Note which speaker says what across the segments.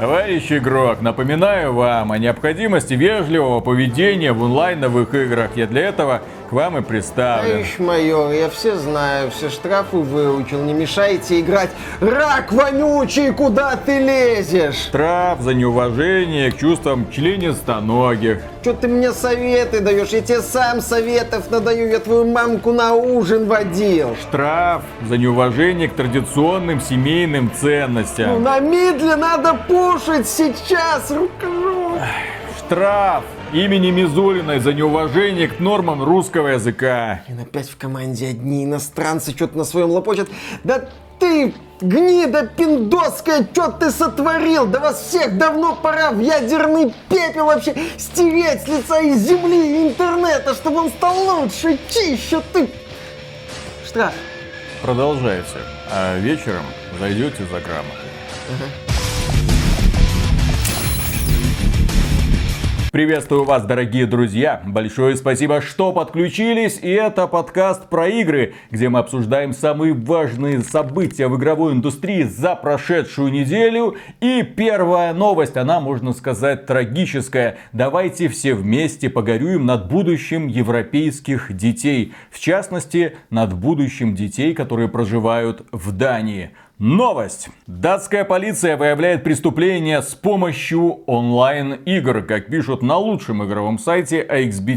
Speaker 1: Товарищ игрок, напоминаю вам о необходимости вежливого поведения в онлайновых играх. Я для этого к вам и представлен.
Speaker 2: Товарищ майор, я все знаю, все штрафы выучил, не мешайте играть. Рак вонючий, куда ты лезешь?
Speaker 1: Штраф за неуважение к чувствам членистоногих.
Speaker 2: Че ты мне советы даешь? Я тебе сам советов надаю, я твою мамку на ужин водил.
Speaker 1: Штраф за неуважение к традиционным семейным ценностям.
Speaker 2: Ну, на мидле надо пушить сейчас, рукожоп.
Speaker 1: Штраф имени Мизулиной за неуважение к нормам русского языка.
Speaker 2: Блин, опять в команде одни иностранцы что-то на своем лопочат. Да ты, гнида пиндоская, что ты сотворил? Да вас всех давно пора в ядерный пепел вообще стереть с лица и земли, и интернета, чтобы он стал лучше, чище. Ты... Штраф.
Speaker 1: Продолжайте, а вечером зайдете за грамотой. Приветствую вас, дорогие друзья! Большое спасибо, что подключились. И это подкаст про игры, где мы обсуждаем самые важные события в игровой индустрии за прошедшую неделю. И первая новость, она, можно сказать, трагическая. Давайте все вместе погорюем над будущим европейских детей. В частности, над будущим детей, которые проживают в Дании. Новость. Датская полиция выявляет преступления с помощью онлайн-игр, как пишут на лучшем игровом сайте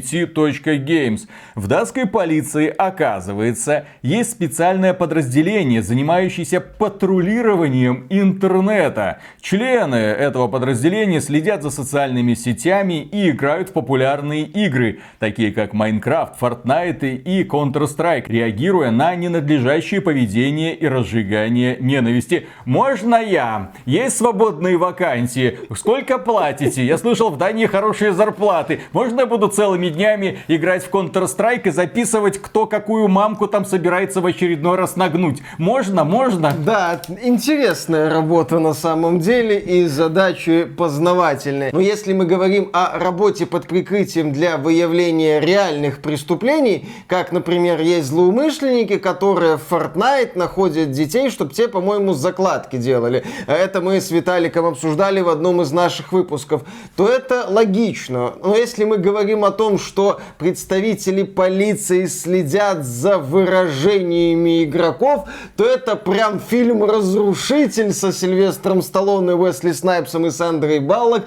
Speaker 1: axbt.games. В датской полиции, оказывается, есть специальное подразделение, занимающееся патрулированием интернета. Члены этого подразделения следят за социальными сетями и играют в популярные игры, такие как Minecraft, Fortnite и Counter-Strike, реагируя на ненадлежащее поведение и разжигание ненависти. Можно я? Есть свободные вакансии? Сколько платите? Я слышал, в Дании хорошие зарплаты. Можно я буду целыми днями играть в Counter-Strike и записывать, кто какую мамку там собирается в очередной раз нагнуть? Можно? Можно?
Speaker 2: Да, интересная работа на самом деле и задачи познавательные. Но если мы говорим о работе под прикрытием для выявления реальных преступлений, как, например, есть злоумышленники, которые в Fortnite находят детей, чтобы те, по-моему, закладки делали. Это мы с Виталиком обсуждали в одном из наших выпусков. То это логично. Но если мы говорим о том, что представители полиции следят за выражениями игроков, то это прям фильм «Разрушитель» со Сильвестром Сталлоне, Уэсли Снайпсом и Сандрой Баллок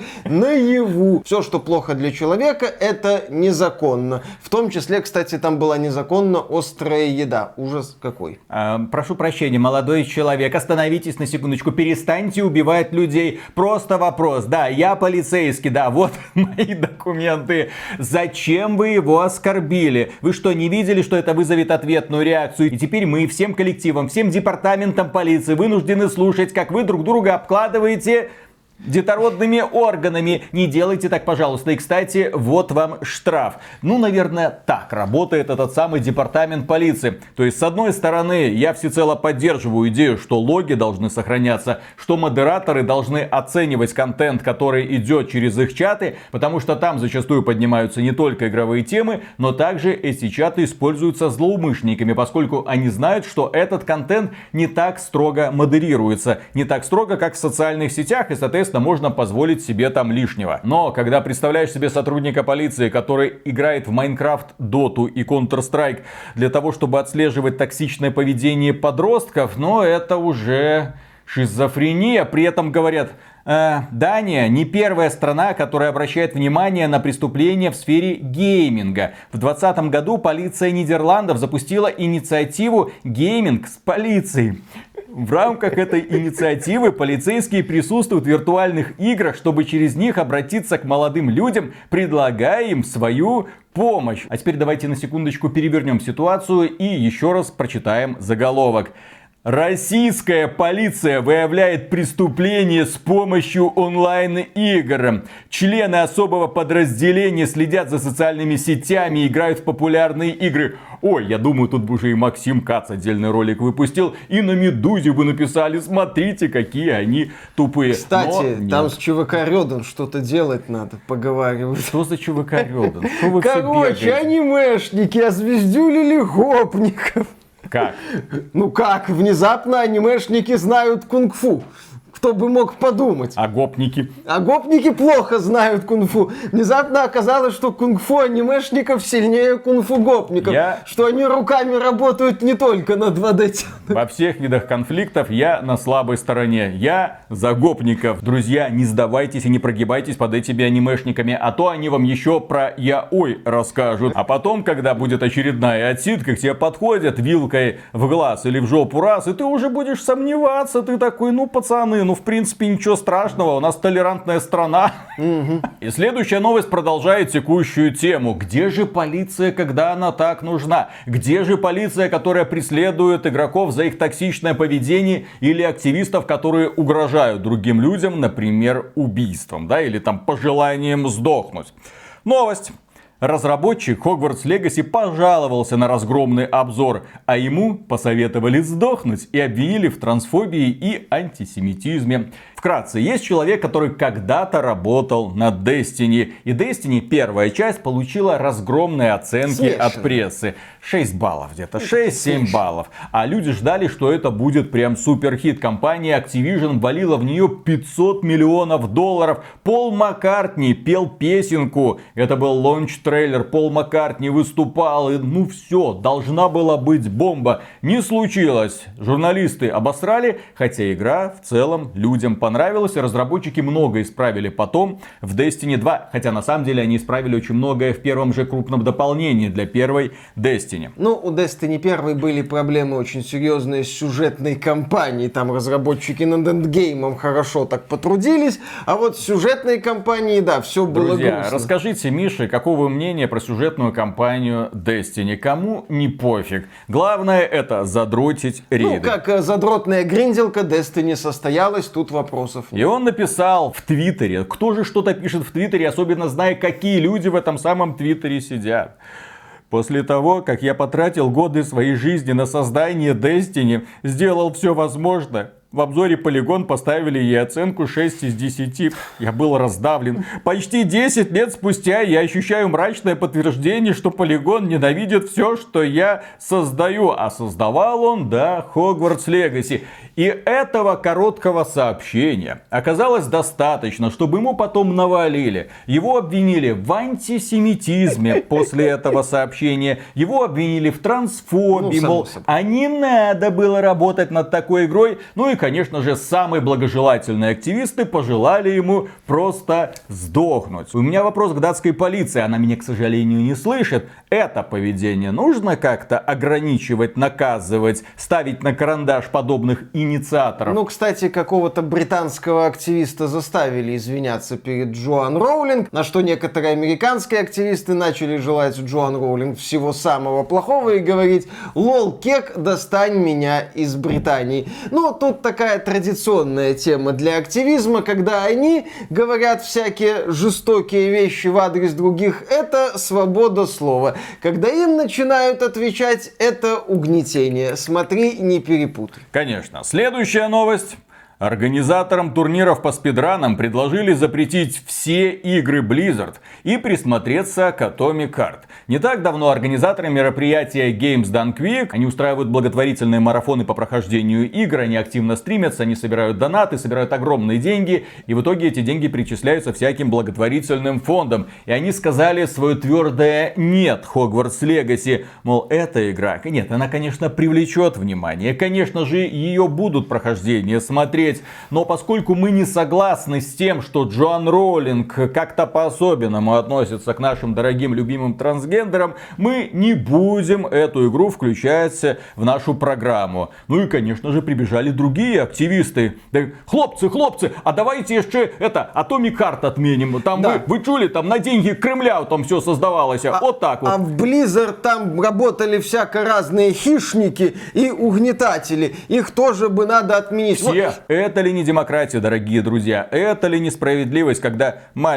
Speaker 2: наяву. Все, что плохо для человека, это незаконно. В том числе, кстати, там была незаконно острая еда. Ужас какой.
Speaker 1: Прошу прощения, молодой человек, остановитесь на секундочку, перестаньте убивать людей. Просто вопрос, да, я полицейский, да, вот мои документы. Зачем вы его оскорбили? Вы что, не видели, что это вызовет ответную реакцию? И теперь мы всем коллективом, всем департаментам полиции вынуждены слушать, как вы друг друга обкладываете детородными органами. Не делайте так, пожалуйста. И, кстати, вот вам штраф. Ну, наверное, так работает этот самый департамент полиции. То есть, с одной стороны, я всецело поддерживаю идею, что логи должны сохраняться, что модераторы должны оценивать контент, который идет через их чаты, потому что там зачастую поднимаются не только игровые темы, но также эти чаты используются злоумышленниками, поскольку они знают, что этот контент не так строго модерируется, не так строго, как в социальных сетях, и, соответственно, можно позволить себе там лишнего. Но когда представляешь себе сотрудника полиции, который играет в Minecraft, Доту и Counter-Strike для того, чтобы отслеживать токсичное поведение подростков, но это уже шизофрения. При этом говорят: Дания не первая страна, которая обращает внимание на преступления в сфере гейминга. В 2020 году полиция Нидерландов запустила инициативу «Гейминг с полицией». В рамках этой инициативы полицейские присутствуют в виртуальных играх, чтобы через них обратиться к молодым людям, предлагая им свою помощь. А теперь давайте на секундочку перевернем ситуацию и еще раз прочитаем заголовок. Российская полиция выявляет преступления с помощью онлайн-игр. Члены особого подразделения следят за социальными сетями и играют в популярные игры. Ой, я думаю, тут бы уже и Максим Кац отдельный ролик выпустил. И на Медузе бы написали: смотрите, какие они тупые.
Speaker 2: Кстати, там с ЧВК Рёдан что-то делать надо, поговаривать.
Speaker 1: Что за ЧВК Рёдан?
Speaker 2: Короче, анимешники озвездюлили гопников.
Speaker 1: Как?
Speaker 2: Ну как, внезапно анимешники знают кунг-фу. Кто бы мог подумать?
Speaker 1: А гопники?
Speaker 2: А гопники плохо знают кунг-фу. Внезапно оказалось, что кунг-фу анимешников сильнее кунг-фу гопников. Что они руками работают не только на 2D.
Speaker 1: Во всех видах конфликтов я на слабой стороне. Я за гопников. Друзья, не сдавайтесь и не прогибайтесь под этими анимешниками, а то они вам еще про яой расскажут. А потом, когда будет очередная отсидка, к тебе подходят вилкой в глаз или в жопу раз, и ты уже будешь сомневаться. Ты такой, ну, пацаны, ну, в принципе, ничего страшного, у нас толерантная страна. И следующая новость продолжает текущую тему. Где же полиция, когда она так нужна? Где же полиция, которая преследует игроков за их токсичное поведение или активистов, которые угрожают другим людям, например, убийством, да, или там пожеланием сдохнуть? Новость. Разработчик Hogwarts Legacy пожаловался на разгромный обзор, а ему посоветовали сдохнуть и обвинили в трансфобии и антисемитизме. Вкратце, есть человек, который когда-то работал над Destiny. И Destiny первая часть получила разгромные оценки от прессы. 6 баллов где-то, 6-7 баллов. А люди ждали, что это будет прям супер хит. Компания Activision валила в нее $500 миллионов. Пол Маккартни пел песенку. Это был лонч-трейлер. Пол Маккартни выступал. И ну все, должна была быть бомба. Не случилось. Журналисты обосрали, хотя игра в целом людям понравилась. И разработчики много исправили потом в Destiny 2. Хотя на самом деле они исправили очень многое в первом же крупном дополнении для первой Destiny.
Speaker 2: Ну, у Destiny 1 были проблемы очень серьезные с сюжетной кампанией. Там разработчики над эндгеймом хорошо так потрудились. А вот с сюжетной кампанией, да, все было грустно.
Speaker 1: Расскажите, Миша, какого мнения про сюжетную кампанию Destiny? Кому не пофиг. Главное это задротить рейды.
Speaker 2: Ну, как задротная гринделка, Destiny состоялась, тут вопросов нет.
Speaker 1: И он написал в Твиттере. Кто же что-то пишет в Твиттере, особенно зная, какие люди в этом самом Твиттере сидят? После того, как я потратил годы своей жизни на создание Destiny, сделал все возможное. В обзоре Polygon поставили ей оценку 6 из 10. Я был раздавлен. Почти 10 лет спустя я ощущаю мрачное подтверждение, что Polygon ненавидит все, что я создаю. А создавал он, да, Hogwarts Legacy. И этого короткого сообщения оказалось достаточно, чтобы ему потом навалили. Его обвинили в антисемитизме после этого сообщения. Его обвинили в трансфобии. Мол, а не надо было работать над такой игрой. Ну и, конечно же, самые благожелательные активисты пожелали ему просто сдохнуть. У меня вопрос к датской полиции. Она меня, к сожалению, не слышит. Это поведение нужно как-то ограничивать, наказывать, ставить на карандаш подобных инициаторов?
Speaker 2: Ну, кстати, какого-то британского активиста заставили извиняться перед Джоан Роулинг, на что некоторые американские активисты начали желать Джоан Роулинг всего самого плохого и говорить: лол, кек, достань меня из Британии. Ну, тут такая традиционная тема для активизма, когда они говорят всякие жестокие вещи в адрес других, это свобода слова. Когда им начинают отвечать, это угнетение. Смотри, не перепутай.
Speaker 1: Конечно. Следующая новость. Организаторам турниров по спидранам предложили запретить все игры Blizzard и присмотреться к Atomic Heart. Не так давно организаторы мероприятия Games Done Quick, они устраивают благотворительные марафоны по прохождению игр, они активно стримятся, они собирают донаты, собирают огромные деньги, и в итоге эти деньги перечисляются всяким благотворительным фондам. И они сказали свое твердое «нет» Hogwarts Legacy, мол, эта игра, нет, она, конечно, привлечет внимание, конечно же, ее будут прохождение смотреть. Но поскольку мы не согласны с тем, что Джоан Роулинг как-то по-особенному относится к нашим дорогим любимым трансгендерам, мы не будем эту игру включать в нашу программу. Ну и, конечно же, прибежали другие активисты. Да, хлопцы, а давайте еще Atomic Heart отменим. Там да. вы чули, там на деньги Кремля там все создавалось. Вот так вот.
Speaker 2: А в Blizzard там работали всяко разные хищники и угнетатели. Их тоже бы надо отменить.
Speaker 1: Все. Это ли не демократия, дорогие друзья? Это ли несправедливость, когда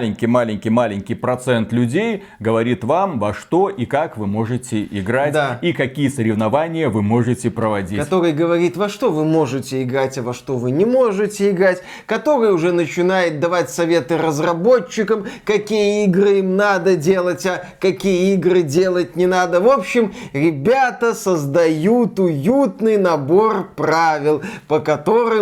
Speaker 1: маленький процент людей говорит вам, во что и как вы можете играть, да. И какие соревнования вы можете проводить?
Speaker 2: Который говорит, во что вы можете играть, а во что вы не можете играть. Который уже начинает давать советы разработчикам, какие игры им надо делать, а какие игры делать не надо. В общем, ребята создают уютный набор правил, по которым надо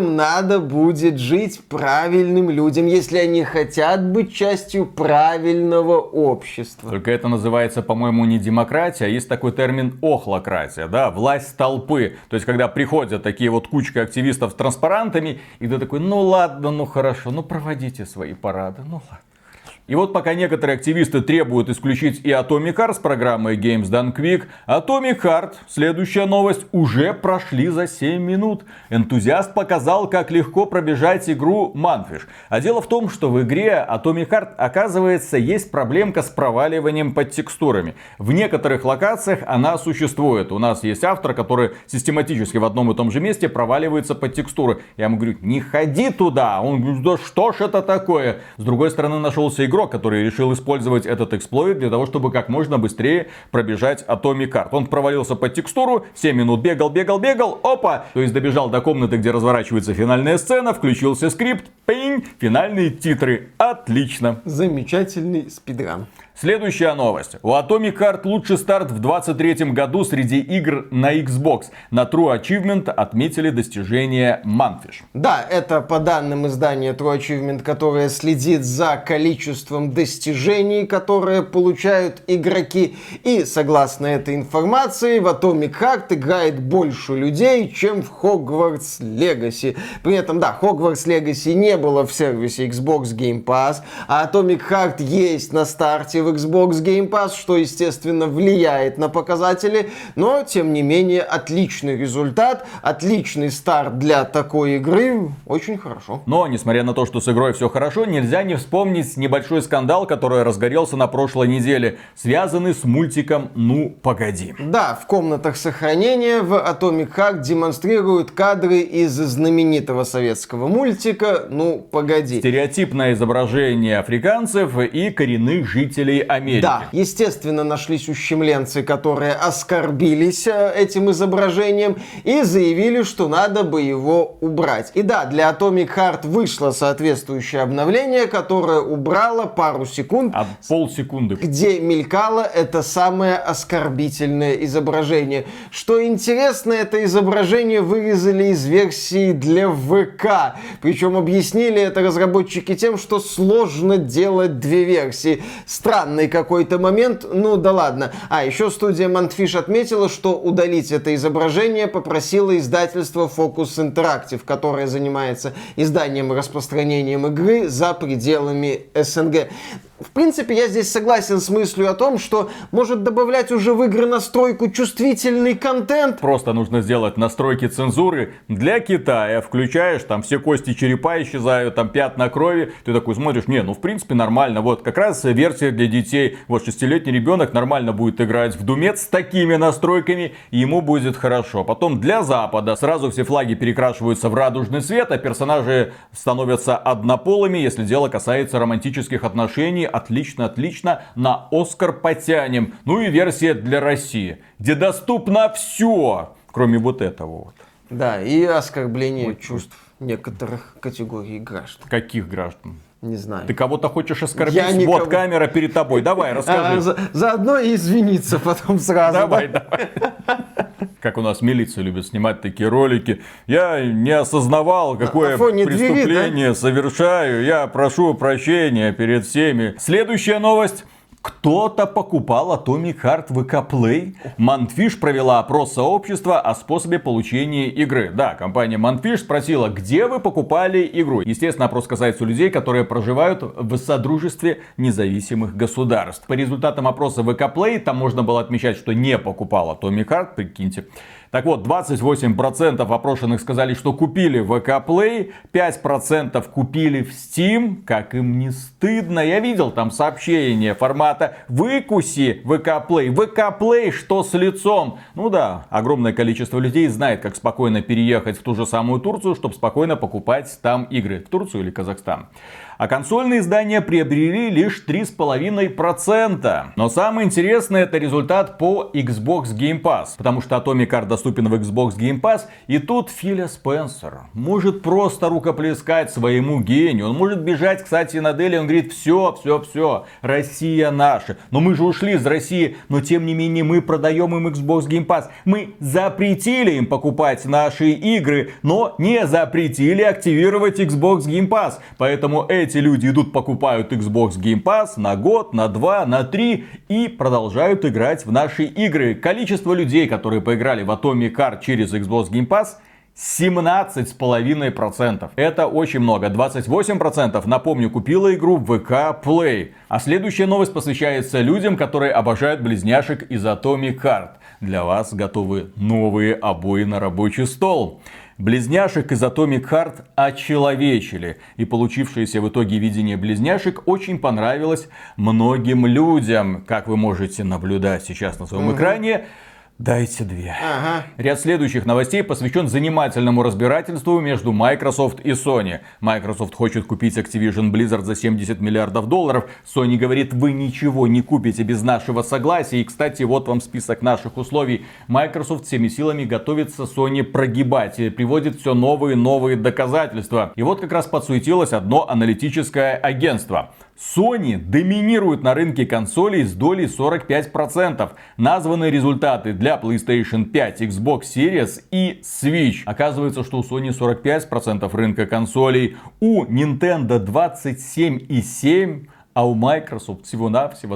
Speaker 2: надо будет жить правильным людям, если они хотят быть частью правильного общества.
Speaker 1: Только это называется, по-моему, не демократия, а есть такой термин охлократия, да, власть толпы. То есть, когда приходят такие вот кучка активистов с транспарантами, и ты такой, ну ладно, ну хорошо, ну проводите свои парады, ну ладно. И вот пока некоторые активисты требуют исключить и Atomic Heart с программой Games Done Quick, Atomic Heart, следующая новость, уже прошли за 7 минут. Энтузиаст показал, как легко пробежать игру Manfish. А дело в том, что в игре Atomic Heart, оказывается, есть проблемка с проваливанием под текстурами. В некоторых локациях она существует. У нас есть автор, который систематически в одном и том же месте проваливается под текстуры. Я ему говорю, не ходи туда. Он говорит, да что ж это такое? С другой стороны, нашелся игрок, который решил использовать этот эксплойт для того, чтобы как можно быстрее пробежать Atomic Heart. Он провалился под текстуру, 7 минут бегал, опа! То есть добежал до комнаты, где разворачивается финальная сцена, включился скрипт, пинь, финальные титры. Отлично.
Speaker 2: Замечательный спидран.
Speaker 1: Следующая новость. У Atomic Heart лучший старт в 2023 году среди игр на Xbox. На True Achievement отметили достижение Manfish.
Speaker 2: Да, это по данным издания True Achievement, которое следит за количеством достижений, которые получают игроки. И согласно этой информации, в Atomic Heart играет больше людей, чем в Hogwarts Legacy. При этом, да, Hogwarts Legacy не было в сервисе Xbox Game Pass, а Atomic Heart есть на старте в Xbox Game Pass, что, естественно, влияет на показатели, но, тем не менее, отличный результат, отличный старт для такой игры, очень хорошо.
Speaker 1: Но, несмотря на то, что с игрой все хорошо, нельзя не вспомнить небольшой скандал, который разгорелся на прошлой неделе, связанный с мультиком «Ну, погоди».
Speaker 2: Да, в комнатах сохранения в Atomic Heart демонстрируют кадры из знаменитого советского мультика «Ну, погоди».
Speaker 1: Стереотипное изображение африканцев и коренных жителей Америки.
Speaker 2: Да, естественно, нашлись ущемленцы, которые оскорбились этим изображением и заявили, что надо бы его убрать. И да, для Atomic Heart вышло соответствующее обновление, которое убрало пару секунд.
Speaker 1: Полсекунды.
Speaker 2: Где мелькало это самое оскорбительное изображение. Что интересно, это изображение вырезали из версии для ВК. Причем объяснили это разработчики тем, что сложно делать две версии. Странный какой-то момент, ну да ладно. А еще студия Manfish отметила, что удалить это изображение попросило издательство Focus Interactive, которое занимается изданием и распространением игры за пределами СНГ. В принципе, я здесь согласен с мыслью о том, что может добавлять уже в игры настройку чувствительный контент.
Speaker 1: Просто нужно сделать настройки цензуры для Китая. Включаешь, там все кости черепа исчезают, там пятна крови. Ты такой смотришь, не, ну в принципе нормально. Вот как раз версия для детей. Вот 6-летний ребенок нормально будет играть в Думец с такими настройками, и ему будет хорошо. Потом для Запада сразу все флаги перекрашиваются в радужный цвет, а персонажи становятся однополыми, если дело касается романтических отношений. Отлично, отлично, на Оскар потянем. Ну и версия для России, где доступно все, кроме вот этого вот.
Speaker 2: Да, и оскорбление чувств некоторых категорий граждан.
Speaker 1: Каких граждан?
Speaker 2: Не знаю.
Speaker 1: Ты кого-то хочешь оскорбить?
Speaker 2: Я никого...
Speaker 1: Вот камера перед тобой, давай, расскажи.
Speaker 2: Заодно и извиниться потом сразу.
Speaker 1: Давай, давай. Как у нас милиция любит снимать такие ролики. Я не осознавал, какое преступление совершаю. Я прошу прощения перед всеми. Следующая новость. Кто-то покупал Atomic Heart в ВК Play. Manfish провела опрос сообщества о способе получения игры. Да, компания Manfish спросила, где вы покупали игру. Естественно, опрос касается людей, которые проживают в содружестве независимых государств. По результатам опроса ВК Play там можно было отмечать, что не покупал Atomic Heart, прикиньте. Так вот, 28% опрошенных сказали, что купили в ВК Play, 5% купили в Steam. Как им не стыдно. Я видел там сообщение формата «Выкуси ВК Play». ВК Play, что с лицом? Ну да, огромное количество людей знает, как спокойно переехать в ту же самую Турцию, чтобы спокойно покупать там игры. В Турцию или Казахстан. а консольные издания приобрели лишь 3,5%. Но самое интересное — это результат по Xbox Game Pass, потому что Atomic Heart доступен в Xbox Game Pass, и тут Филя Спенсер может просто рукоплескать своему гению. Он может бежать, кстати, на Дели, он говорит: все, Россия наша. Но мы же ушли из России, но тем не менее мы продаем им Xbox Game Pass. Мы запретили им покупать наши игры, но не запретили активировать Xbox Game Pass. Поэтому эти люди идут, покупают Xbox Game Pass на год, на 2, на 3 и продолжают играть в наши игры. Количество людей, которые поиграли в Atomic Heart через Xbox Game Pass, 17,5%. Это очень много. 28%, напомню, купила игру в VK Play. А следующая новость посвящается людям, которые обожают близняшек из Atomic Heart. Для вас готовы новые обои на рабочий стол. Близняшек из Atomic Heart очеловечили. И получившееся в итоге видение близняшек очень понравилось многим людям. Как вы можете наблюдать сейчас на своем экране. Дайте две. Ряд следующих новостей посвящен занимательному разбирательству между Microsoft и Sony. Microsoft хочет купить Activision Blizzard за $70 миллиардов. Sony говорит: вы ничего не купите без нашего согласия. И, кстати, вот вам список наших условий. Microsoft всеми силами готовится Sony прогибать и приводит все новые и новые доказательства. И вот как раз подсуетилось одно аналитическое агентство. Sony доминирует на рынке консолей с долей 45%. Названы результаты для PlayStation 5, Xbox Series и Switch. Оказывается, что у Sony 45% рынка консолей, у Nintendo 27,7%. А у Microsoft всего-навсего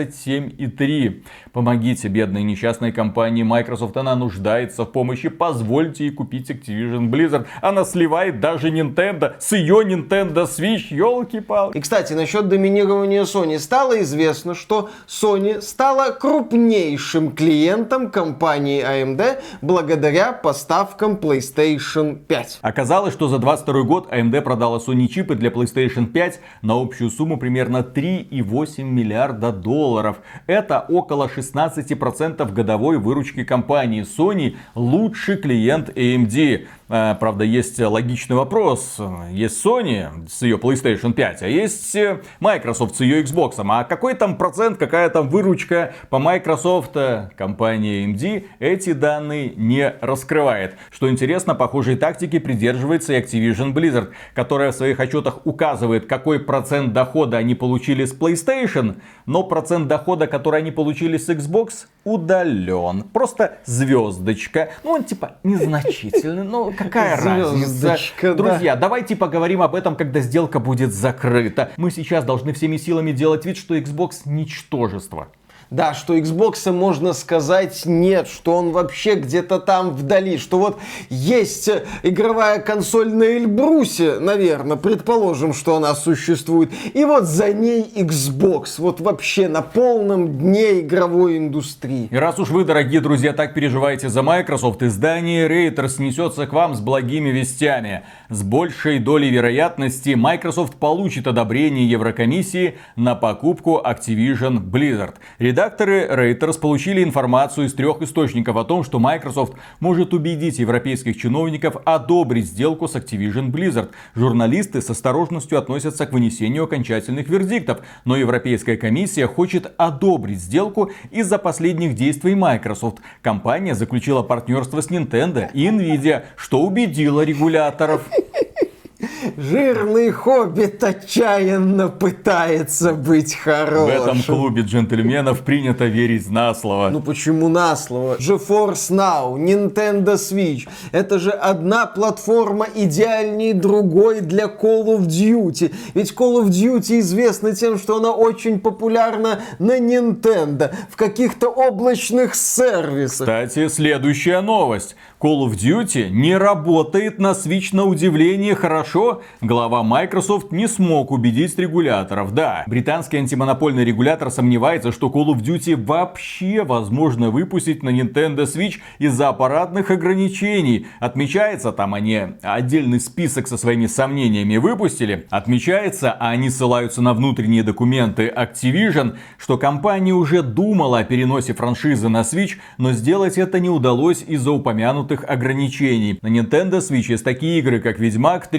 Speaker 1: 27,3. Помогите бедной несчастной компании Microsoft. Она нуждается в помощи. Позвольте ей купить Activision Blizzard. Она сливает даже Nintendo с ее Nintendo Switch. Ёлки-палки.
Speaker 2: И, кстати, насчет доминирования Sony. Стало известно, что Sony стала крупнейшим клиентом компании AMD благодаря поставкам PlayStation 5.
Speaker 1: Оказалось, что за 22 год AMD продала Sony чипы для PlayStation 5 на общую сумму примерно $3,8 миллиарда. Это около 16% годовой выручки компании. Sony лучший клиент AMD. Правда, есть логичный вопрос. Есть Sony с ее PlayStation 5, а есть Microsoft с ее Xbox. А какой там процент, какая там выручка по Microsoft? Компания AMD эти данные не раскрывает. Что интересно, похожей тактики придерживается и Activision Blizzard, которая в своих отчетах указывает, какой процент дохода они получили с PlayStation, но процент дохода, который они получили с Xbox, удален. Просто звездочка. Ну, он типа незначительный, но какая разница? Друзья, давайте поговорим об этом, когда сделка будет закрыта. Мы сейчас должны всеми силами делать вид, что Xbox ничтожество.
Speaker 2: Да, что Xbox, можно сказать, нет, что он вообще где-то там вдали, что вот есть игровая консоль на Эльбрусе, наверное, предположим, что она существует, и вот за ней Xbox, вот вообще на полном дне игровой индустрии.
Speaker 1: И раз уж вы, дорогие друзья, так переживаете за Microsoft, издание Reuters снесется к вам с благими вестями. С большей долей вероятности Microsoft получит одобрение Еврокомиссии на покупку Activision Blizzard. Редакторы Reuters получили информацию из 3 источников о том, что Microsoft может убедить европейских чиновников одобрить сделку с Activision Blizzard. Журналисты с осторожностью относятся к вынесению окончательных вердиктов, но Европейская комиссия хочет одобрить сделку из-за последних действий Microsoft. Компания заключила партнерство с Nintendo и Nvidia, что убедило регуляторов.
Speaker 2: Жирный хоббит отчаянно пытается быть хорошим.
Speaker 1: В этом клубе джентльменов принято верить на слово.
Speaker 2: Ну почему на слово? GeForce Now, Nintendo Switch. Это же одна платформа идеальнее другой для Call of Duty. Ведь Call of Duty известна тем, что она очень популярна на Nintendo, в каких-то облачных сервисах.
Speaker 1: Кстати, следующая новость. Call of Duty не работает на Switch на удивление хорошо. Глава Microsoft не смог убедить регуляторов. Да, британский антимонопольный регулятор сомневается, что Call of Duty вообще возможно выпустить на Nintendo Switch из-за аппаратных ограничений. Отмечается, там они отдельный список со своими сомнениями выпустили. Отмечается, а они ссылаются на внутренние документы Activision, что компания уже думала о переносе франшизы на Switch, но сделать это не удалось из-за упомянутых ограничений. На Nintendo Switch есть такие игры, как Ведьмак 3,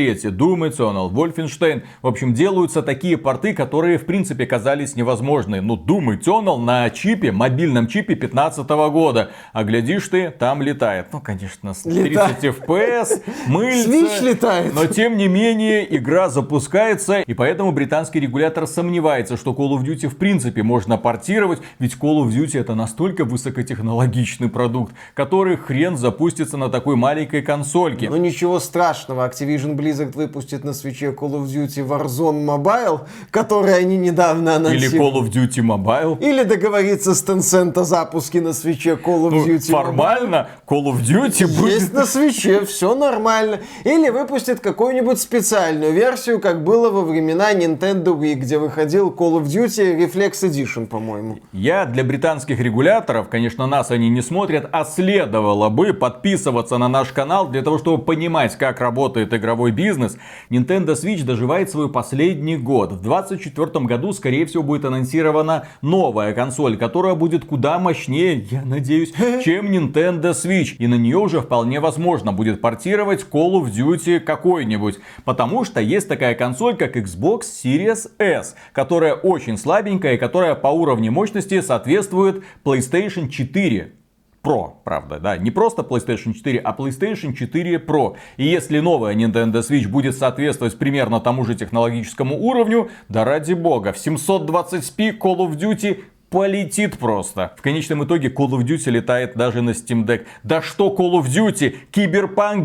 Speaker 1: Doom Eternal, Wolfenstein. В общем, делаются такие порты, которые в принципе казались невозможны. Ну, Doom Eternal на чипе, мобильном чипе 2015 года. А глядишь ты, там летает. Ну, конечно, с 30 FPS, мыльца.
Speaker 2: Switch летает.
Speaker 1: Но тем не менее, игра запускается. И поэтому британский регулятор сомневается, что Call of Duty в принципе можно портировать. Ведь Call of Duty это настолько высокотехнологичный продукт, который хрен запустится на такой маленькой консольке.
Speaker 2: Ну ничего страшного, Activision Blizzard выпустит на свече Call of Duty Warzone Mobile, который они недавно анонсировали.
Speaker 1: Или Call of Duty Mobile.
Speaker 2: Или договориться с Tencent о запуске на свече Call of Duty
Speaker 1: формально Call of Duty будет...
Speaker 2: Есть на свече, все нормально. Или выпустит какую-нибудь специальную версию, как было во времена Nintendo Wii, где выходил Call of Duty Reflex Edition, по-моему.
Speaker 1: Я для британских регуляторов, конечно, нас они не смотрят, а следовало бы подписываться на наш канал для того, чтобы понимать, как работает игровой бизнес. Nintendo Switch доживает свой последний год. В 2024 году, скорее всего, будет анонсирована новая консоль, которая будет куда мощнее, я надеюсь, чем Nintendo Switch. И на нее уже вполне возможно будет портировать Call of Duty какой-нибудь. Потому что есть такая консоль, как Xbox Series S, которая очень слабенькая и которая по уровню мощности соответствует PlayStation 4. Pro, правда, да, не просто PlayStation 4, а PlayStation 4 Pro. И если новая Nintendo Switch будет соответствовать примерно тому же технологическому уровню, да ради бога, в 720p Call of Duty полетит просто. В конечном итоге Call of Duty летает даже на Steam Deck. Да что Call of Duty? Cyberpunk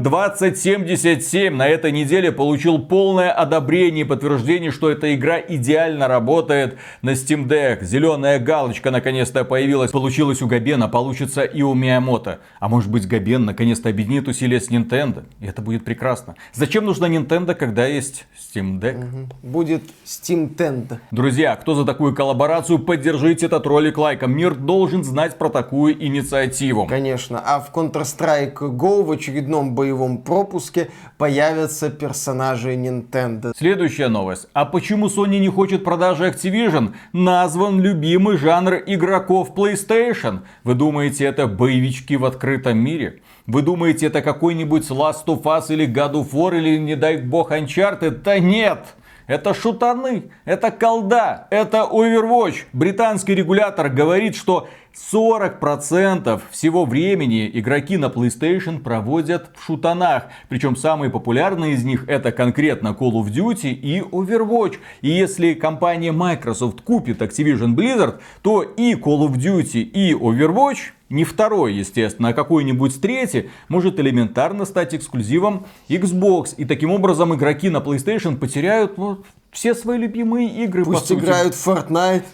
Speaker 1: 2077 на этой неделе получил полное одобрение и подтверждение, что эта игра идеально работает на Steam Deck. Зеленая галочка наконец-то появилась. Получилось у Габена, получится и у Миямото. А может быть, Габен наконец-то объединит усилия с Nintendo. И это будет прекрасно. Зачем нужна Nintendo, когда есть Steam Deck?
Speaker 2: Будет Steam Tend.
Speaker 1: Друзья, кто за такую коллаборацию, поддержите этот ролик лайком. Мир должен знать про такую инициативу.
Speaker 2: Конечно. А в Counter-Strike Go в очередном боевом пропуске появятся персонажи Nintendo.
Speaker 1: Следующая новость. А почему Sony не хочет продажи Activision? Назван любимый жанр игроков PlayStation. Вы думаете, это боевички в открытом мире? Вы думаете, это какой-нибудь Last of Us или God of War или, не дай бог, Uncharted? Да нет! Это шутаны, это колда, это Overwatch. Британский регулятор говорит, что 40% всего времени игроки на PlayStation проводят в шутанах. Причем самые популярные из них это конкретно Call of Duty и Overwatch. И если компания Microsoft купит Activision Blizzard, то и Call of Duty, и Overwatch, не второй, естественно, а какой-нибудь третий, может элементарно стать эксклюзивом Xbox. И таким образом игроки на PlayStation потеряют все свои любимые игры.
Speaker 2: Пусть играют в Fortnite.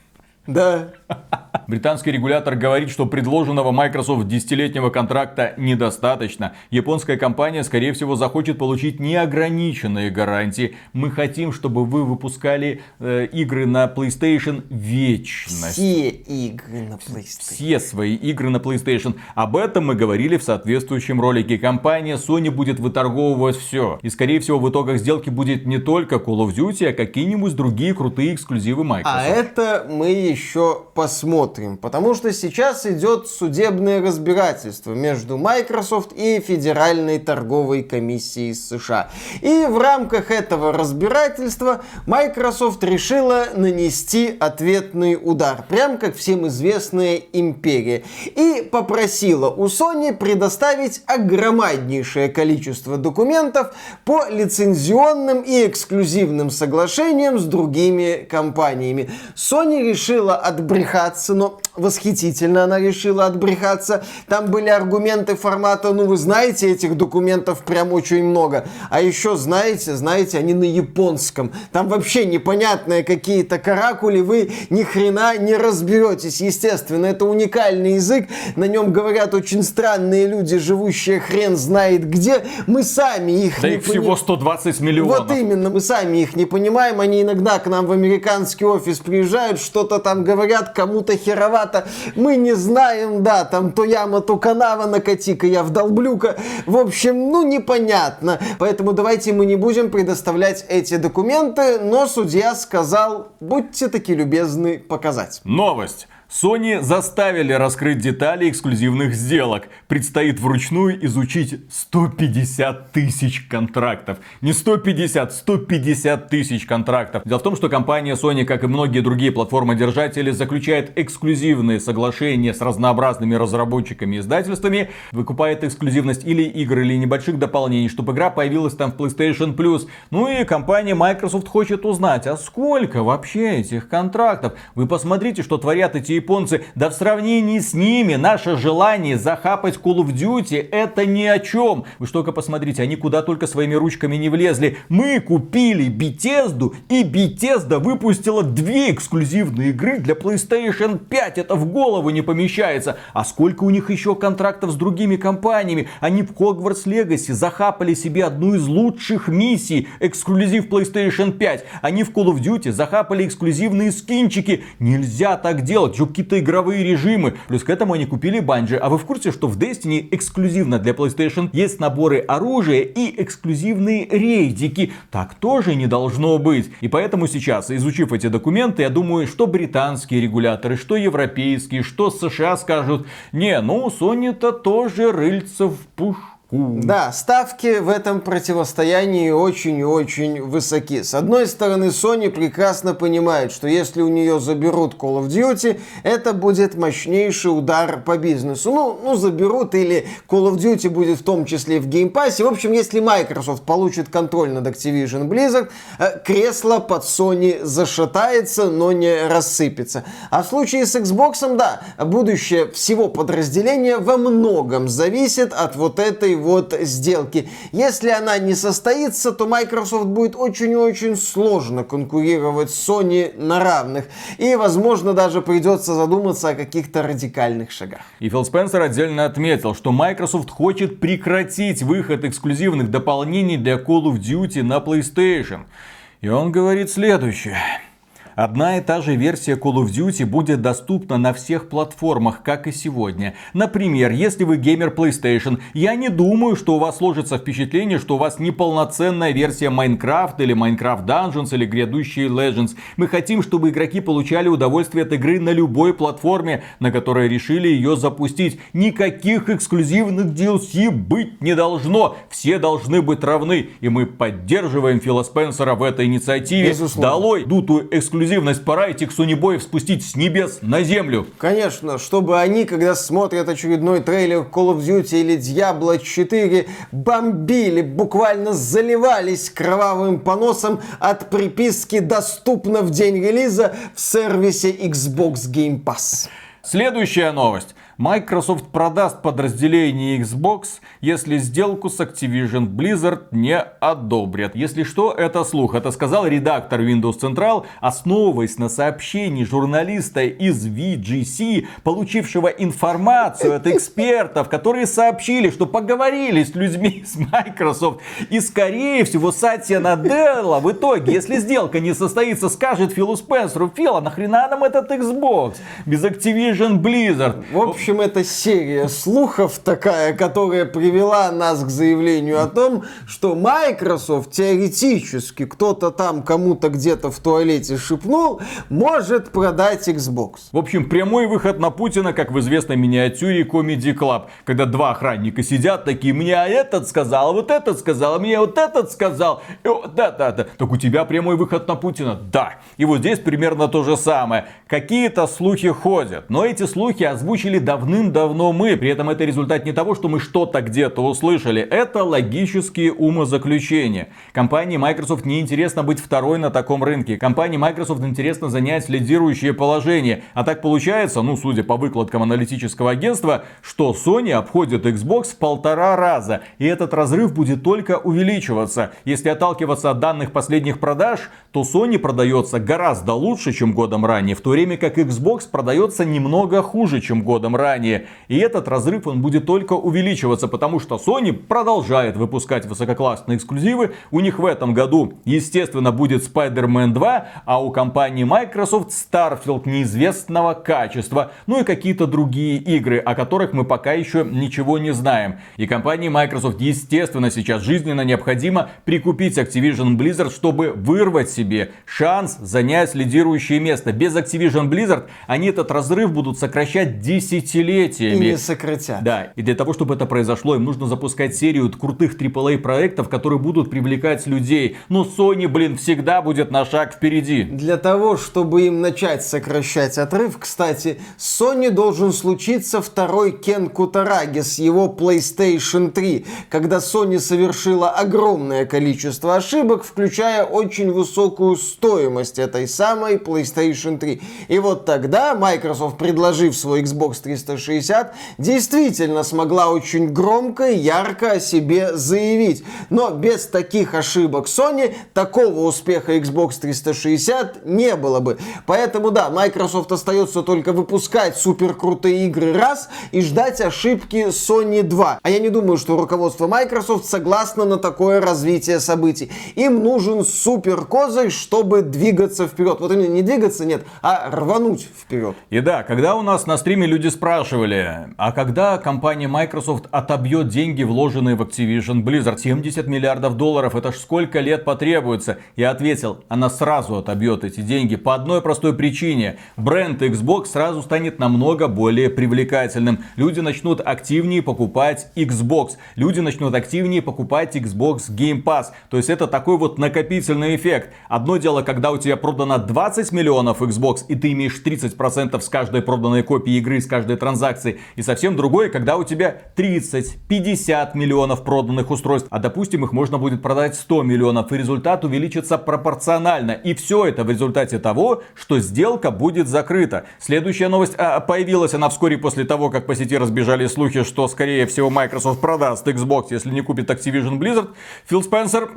Speaker 2: Да.
Speaker 1: Британский регулятор говорит, что предложенного Microsoft 10-летнего контракта недостаточно. Японская компания, скорее всего, захочет получить неограниченные гарантии. Мы хотим, чтобы вы выпускали игры на PlayStation вечность.
Speaker 2: Все игры на PlayStation.
Speaker 1: Все свои игры на PlayStation. Об этом мы говорили в соответствующем ролике. Компания Sony будет выторговывать все. И, скорее всего, в итогах сделки будет не только Call of Duty, а какие-нибудь другие крутые эксклюзивы Microsoft.
Speaker 2: А это мы еще посмотрим. Потому что сейчас идет судебное разбирательство между Microsoft и Федеральной торговой комиссией США. И в рамках этого разбирательства Microsoft решила нанести ответный удар. Прям как всем известная империя. И попросила у Sony предоставить огромнейшее количество документов по лицензионным и эксклюзивным соглашениям с другими компаниями. Sony решила отбрехаться, но восхитительно она решила отбрехаться. Там были аргументы формата, ну вы знаете, этих документов прям очень много. А еще знаете, они на японском. Там вообще непонятные какие-то каракули, вы ни хрена не разберетесь. Естественно, это уникальный язык, на нем говорят очень странные люди, живущие хрен знает где. Мы сами их
Speaker 1: да не понимаем. Всего 120 миллионов.
Speaker 2: Вот именно, мы сами их не понимаем. Они иногда к нам в американский офис приезжают, что-то там говорят, кому-то херовато. Мы не знаем, да, там то яма, то канава, накати-ка я вдолблю-ка. В общем, ну непонятно. Поэтому давайте мы не будем предоставлять эти документы, но судья сказал, будьте таки любезны показать.
Speaker 1: Новость. Sony заставили раскрыть детали эксклюзивных сделок. Предстоит вручную изучить 150 тысяч контрактов. Не 150, 150 тысяч контрактов. Дело в том, что компания Sony, как и многие другие платформодержатели, заключает эксклюзивные соглашения с разнообразными разработчиками и издательствами, выкупает эксклюзивность или игр, или небольших дополнений, чтобы игра появилась там в PlayStation Plus. Ну и компания Microsoft хочет узнать, а сколько вообще этих контрактов? Вы посмотрите, что творят эти японцы. Да в сравнении с ними наше желание захапать Call of Duty это ни о чем. Вы только посмотрите, они куда только своими ручками не влезли. Мы купили Bethesda, и Bethesda выпустила 2 эксклюзивные игры для PlayStation 5. Это в голову не помещается. А сколько у них еще контрактов с другими компаниями? Они в Hogwarts Legacy захапали себе одну из лучших миссий. Эксклюзив PlayStation 5. Они в Call of Duty захапали эксклюзивные скинчики. Нельзя так делать. Какие-то игровые режимы. Плюс к этому они купили Bungie. А вы в курсе, что в Destiny эксклюзивно для PlayStation есть наборы оружия и эксклюзивные рейдики? Так тоже не должно быть. И поэтому сейчас, изучив эти документы, я думаю, что британские регуляторы, что европейские, что США скажут: не, ну Sony-то тоже рыльца в пушку.
Speaker 2: Да, ставки в этом противостоянии очень и очень высоки. С одной стороны, Sony прекрасно понимает, что если у нее заберут Call of Duty, это будет мощнейший удар по бизнесу. Ну, заберут, или Call of Duty будет в том числе в Game Pass. В общем, если Microsoft получит контроль над Activision Blizzard, кресло под Sony зашатается, но не рассыпется. А в случае с Xbox, да, будущее всего подразделения во многом зависит от вот этой вот сделки. Если она не состоится, то Microsoft будет очень-очень сложно конкурировать с Sony на равных. И, возможно, даже придется задуматься о каких-то радикальных шагах.
Speaker 1: И Фил Спенсер отдельно отметил, что Microsoft хочет прекратить выход эксклюзивных дополнений для Call of Duty на PlayStation. И он говорит следующее. Одна и та же версия Call of Duty будет доступна на всех платформах, как и сегодня. Например, если вы геймер PlayStation, я не думаю, что у вас сложится впечатление, что у вас неполноценная версия Minecraft или Minecraft Dungeons или грядущие Legends. Мы хотим, чтобы игроки получали удовольствие от игры на любой платформе, на которой решили ее запустить. Никаких эксклюзивных DLC быть не должно. Все должны быть равны. И мы поддерживаем Фила Спенсера в этой инициативе.
Speaker 2: Безусловно.
Speaker 1: Долой дутую эксклюзивность. Пора этих сонибоев спустить с небес на землю.
Speaker 2: Конечно, чтобы они, когда смотрят очередной трейлер Call of Duty или Diablo 4, бомбили, буквально заливались кровавым поносом от приписки «Доступно в день релиза» в сервисе Xbox Game Pass.
Speaker 1: Следующая новость. Microsoft продаст подразделение Xbox, если сделку с Activision Blizzard не одобрят. Если что, это слух. Это сказал редактор Windows Central, основываясь на сообщении журналиста из VGC, получившего информацию от экспертов, которые сообщили, что поговорили с людьми с Microsoft. И скорее всего Сатья Наделла в итоге, если сделка не состоится, скажет Филу Спенсеру: Фил, а нахрена нам этот Xbox без Activision Blizzard?
Speaker 2: В общем, это серия слухов такая, которая привела нас к заявлению о том, что Microsoft теоретически, кто-то там кому-то где-то в туалете шепнул, может продать Xbox.
Speaker 1: В общем, прямой выход на Путина, как в известной миниатюре Comedy Club, когда два охранника сидят такие: мне этот сказал, вот этот сказал, мне вот этот сказал, и вот это. Так у тебя прямой выход на Путина? Да. И вот здесь примерно то же самое. Какие-то слухи ходят, но эти слухи озвучили давным-давно мы. При этом это результат не того, что мы что-то где-то услышали. Это логические умозаключения. Компании Microsoft не интересно быть второй на таком рынке. Компании Microsoft интересно занять лидирующее положение. А так получается, судя по выкладкам аналитического агентства, что Sony обходит Xbox в 1,5 раза. И этот разрыв будет только увеличиваться. Если отталкиваться от данных последних продаж, то Sony продается гораздо лучше, чем годом ранее, в то время как Xbox продается немного хуже, чем годом ранее. ранее. И этот разрыв, он будет только увеличиваться, потому что Sony продолжает выпускать высококлассные эксклюзивы. У них в этом году, естественно, будет Spider-Man 2, а у компании Microsoft Starfield неизвестного качества. Ну и какие-то другие игры, о которых мы пока еще ничего не знаем. И компании Microsoft, естественно, сейчас жизненно необходимо прикупить Activision Blizzard, чтобы вырвать себе шанс занять лидирующее место. Без Activision Blizzard они этот разрыв будут сокращать десятилетиями.
Speaker 2: И не сократят.
Speaker 1: Да, и для того, чтобы это произошло, им нужно запускать серию крутых AAA проектов, которые будут привлекать людей. Но Sony, всегда будет на шаг впереди.
Speaker 2: Для того, чтобы им начать сокращать отрыв, кстати, с Sony должен случиться второй Кен Кутараги с его PlayStation 3, когда Sony совершила огромное количество ошибок, включая очень высокую стоимость этой самой PlayStation 3. И вот тогда Microsoft, предложив свой Xbox 360, действительно смогла очень громко и ярко о себе заявить. Но без таких ошибок Sony такого успеха Xbox 360 не было бы. Поэтому да, Microsoft остается только выпускать супер крутые игры раз и ждать ошибки Sony 2. А я не думаю, что руководство Microsoft согласно на такое развитие событий. Им нужен супер козырь, чтобы двигаться вперед. Вот именно не двигаться, нет, а рвануть вперед.
Speaker 1: И да, когда у нас на стриме люди спрашивали, а когда компания Microsoft отобьет деньги, вложенные в Activision Blizzard, 70 миллиардов долларов, это ж сколько лет потребуется? Я ответил, она сразу отобьет эти деньги по одной простой причине. Бренд Xbox сразу станет намного более привлекательным. Люди начнут активнее покупать Xbox. Люди начнут активнее покупать Xbox Game Pass. То есть это такой вот накопительный эффект. Одно дело, когда у тебя продано 20 миллионов Xbox, и ты имеешь 30% с каждой проданной копии игры, с каждой транзакции. И совсем другое, когда у тебя 30-50 миллионов проданных устройств. А допустим, их можно будет продать 100 миллионов. И результат увеличится пропорционально. И все это в результате того, что сделка будет закрыта. Следующая новость появилась она вскоре после того, как по сети разбежали слухи, что скорее всего Microsoft продаст Xbox, если не купит Activision Blizzard. Фил Спенсер: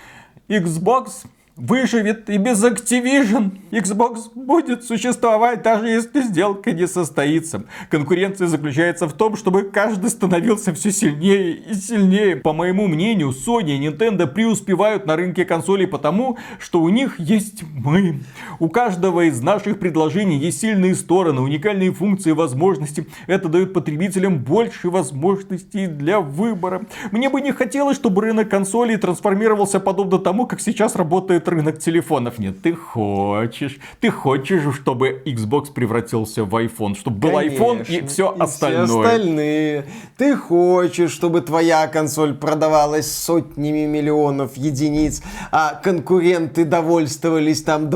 Speaker 1: Xbox выживет и без Activision. Xbox будет существовать, даже если сделка не состоится. Конкуренция заключается в том, чтобы каждый становился все сильнее и сильнее. По моему мнению, Sony и Nintendo преуспевают на рынке консолей потому, что у них есть мы. У каждого из наших предложений есть сильные стороны, уникальные функции и возможности. Это дает потребителям больше возможностей для выбора. Мне бы не хотелось, чтобы рынок консолей трансформировался подобно тому, как сейчас работает рынок телефонов. Нет, ты хочешь, чтобы Xbox превратился в iPhone, чтобы был iPhone и все остальное.
Speaker 2: Все остальные. Ты хочешь, чтобы твоя консоль продавалась сотнями миллионов единиц, а конкуренты довольствовались там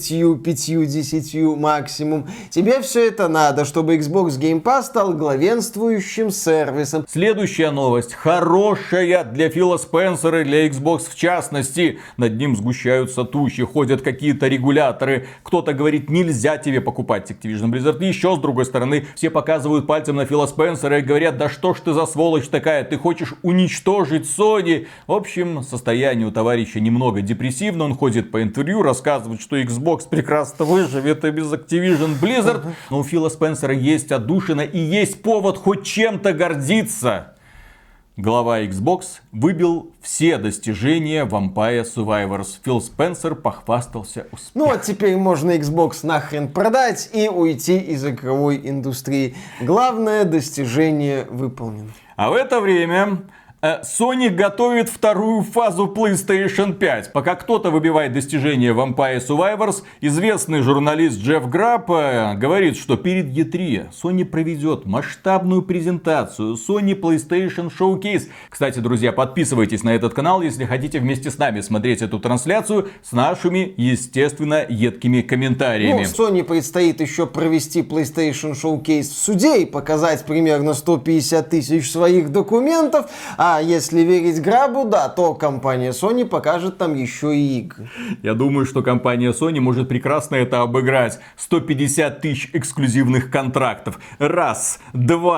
Speaker 2: 25-10 максимум. Тебе все это надо, чтобы Xbox Game Pass стал главенствующим сервисом.
Speaker 1: Следующая новость. Хорошая для Фила Спенсера и для Xbox в частности. Над ним сгущаются тучи, ходят какие-то регуляторы. Кто-то говорит, нельзя тебе покупать Activision Blizzard. И еще с другой стороны, все показывают пальцем на Фила Спенсера и говорят, да что ж ты за сволочь такая, ты хочешь уничтожить Sony. В общем, состояние у товарища немного депрессивно. Он ходит по интервью, рассказывает, что Xbox прекрасно выживет и без Activision Blizzard. Но у Фила Спенсера есть отдушина и есть повод хоть чем-то гордиться. Глава Xbox выбил все достижения Vampire Survivors. Фил Спенсер похвастался успехом.
Speaker 2: Ну а теперь можно Xbox нахрен продать и уйти из игровой индустрии. Главное достижение выполнено.
Speaker 1: А в это время Sony готовит вторую фазу PlayStation 5. Пока кто-то выбивает достижения Vampire Survivors, известный журналист Джефф Граб говорит, что перед E3 Sony проведет масштабную презентацию Sony PlayStation Showcase. Кстати, друзья, подписывайтесь на этот канал, если хотите вместе с нами смотреть эту трансляцию с нашими, естественно, едкими комментариями.
Speaker 2: Ну, Sony предстоит еще провести PlayStation Showcase в суде и показать примерно 150 тысяч своих документов. А если верить Грабу, да, то компания Sony покажет там еще и игры.
Speaker 1: Я думаю, что компания Sony может прекрасно это обыграть. 150 тысяч эксклюзивных контрактов. Раз, два,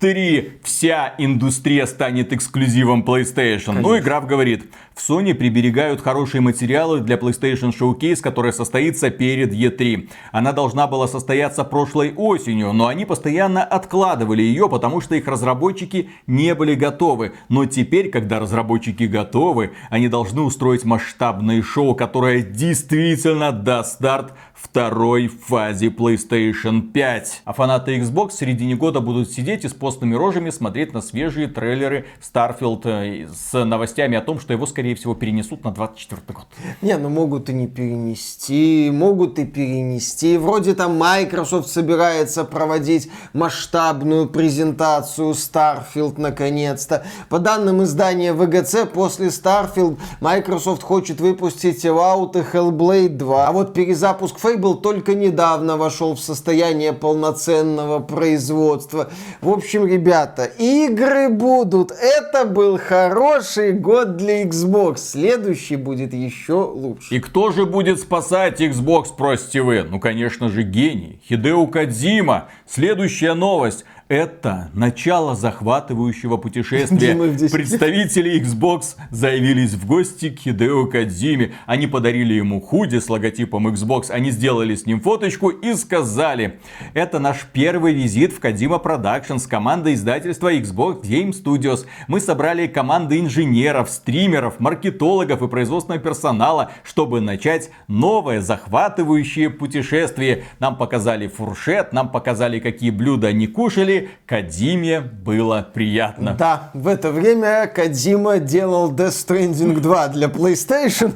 Speaker 1: 3 вся индустрия станет эксклюзивом PlayStation. Конечно. Ну и Граф говорит, в Sony приберегают хорошие материалы для PlayStation Showcase, которая состоится перед E3. Она должна была состояться прошлой осенью, но они постоянно откладывали ее, потому что их разработчики не были готовы. Но теперь, когда разработчики готовы, они должны устроить масштабное шоу, которое действительно даст старт второй фазе PlayStation 5. А фанаты Xbox в середине года будут сидеть и с постными рожами смотреть на свежие трейлеры Starfield с новостями о том, что его, скорее всего, перенесут на 24 год.
Speaker 2: Не, ну могут и не перенести, могут и перенести. Вроде там Microsoft собирается проводить масштабную презентацию Starfield наконец-то. По данным издания VGC, после Starfield Microsoft хочет выпустить Fallout и Hellblade 2. А вот перезапуск Fable только недавно вошел в состояние полноценного производства. В общем, ребята, игры будут. Это был хороший год для Xbox. Следующий будет еще лучше.
Speaker 1: И кто же будет спасать Xbox, спросите вы? Ну, конечно же, гений. Хидео Кодзима. Следующая новость. Это начало захватывающего путешествия. Представители Xbox заявились в гости к Хидео Кодзиме. Они подарили ему худи с логотипом Xbox. Они сделали с ним фоточку и сказали: это наш первый визит в Kojima Productions, команда издательства Xbox Game Studios. Мы собрали команды инженеров, стримеров, маркетологов и производственного персонала, чтобы начать новое захватывающее путешествие. Нам показали фуршет, нам показали, какие блюда они кушали. Кодзиме было приятно.
Speaker 2: Да, в это время Кодзима делал Death Stranding 2 для PlayStation.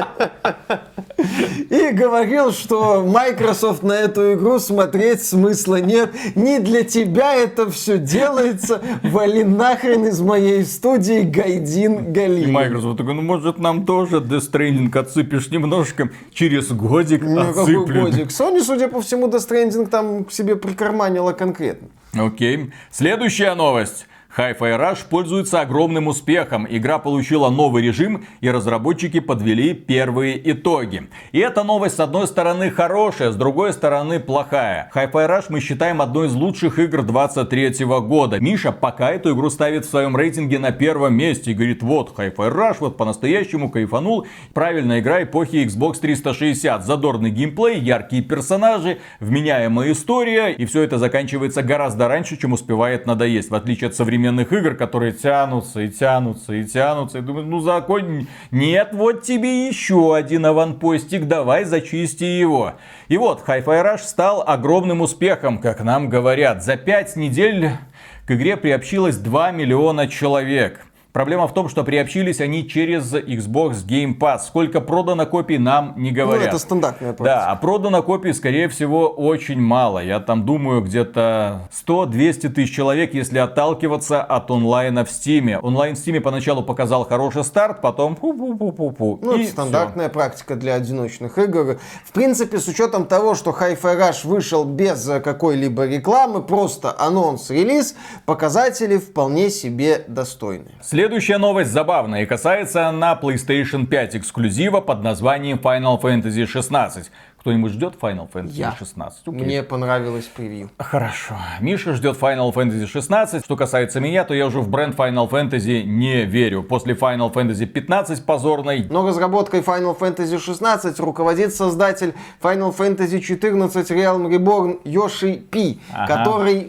Speaker 2: И говорил, что Microsoft на эту игру смотреть смысла нет. Не для тебя это все делается. Вали нахрен из моей студии, Гайдин Галимов.
Speaker 1: И Microsoft такой, ну может нам тоже Death Stranding отсыпешь немножко, через годик отсыплю.
Speaker 2: Какой годик? Sony, судя по всему, Death Stranding там себе прикарманила конкретно.
Speaker 1: Окей. Следующая новость. Hi-Fi Rush пользуется огромным успехом. Игра получила новый режим, и разработчики подвели первые итоги. И эта новость, с одной стороны, хорошая, с другой стороны, плохая. Hi-Fi Rush мы считаем одной из лучших игр 2023 года. Миша пока эту игру ставит в своем рейтинге на первом месте и говорит: вот, Hi-Fi Rush вот по-настоящему кайфанул. Правильная игра эпохи Xbox 360. Задорный геймплей, яркие персонажи, вменяемая история. И все это заканчивается гораздо раньше, чем успевает надоесть. В отличие от современных игр, которые тянутся и тянутся и тянутся. И думаю, ну закон... Нет, вот тебе еще один аванпостик, давай зачисти его. И вот, Hi-Fi Rush стал огромным успехом, как нам говорят. За 5 недель к игре приобщилось 2 миллиона человек. Проблема в том, что приобщились они через Xbox Game Pass. Сколько продано копий, нам не говорят.
Speaker 2: Ну, это стандартная практика.
Speaker 1: Да, а продано копий, скорее всего, очень мало. Я там думаю, где-то 100-200 тысяч человек, если отталкиваться от онлайна в Steam. Онлайн в Steam поначалу показал хороший старт, потом пу-пу-пу-пу-пу.
Speaker 2: Ну, это стандартная практика для одиночных игр. В принципе, с учетом того, что Hi-Fi Rush вышел без какой-либо рекламы, просто анонс-релиз, показатели вполне себе достойны.
Speaker 1: Следующая новость забавная и касается на PlayStation 5 эксклюзива под названием Final Fantasy 16. Кто-нибудь ждет Final Fantasy 16? Окей.
Speaker 2: Мне понравилось превью.
Speaker 1: Хорошо. Миша ждет Final Fantasy 16. Что касается меня, то я уже в бренд Final Fantasy не верю. После Final Fantasy 15 позорной.
Speaker 2: Но разработкой Final Fantasy 16 руководит создатель Final Fantasy 14 Realm Reborn Йоши Пи, который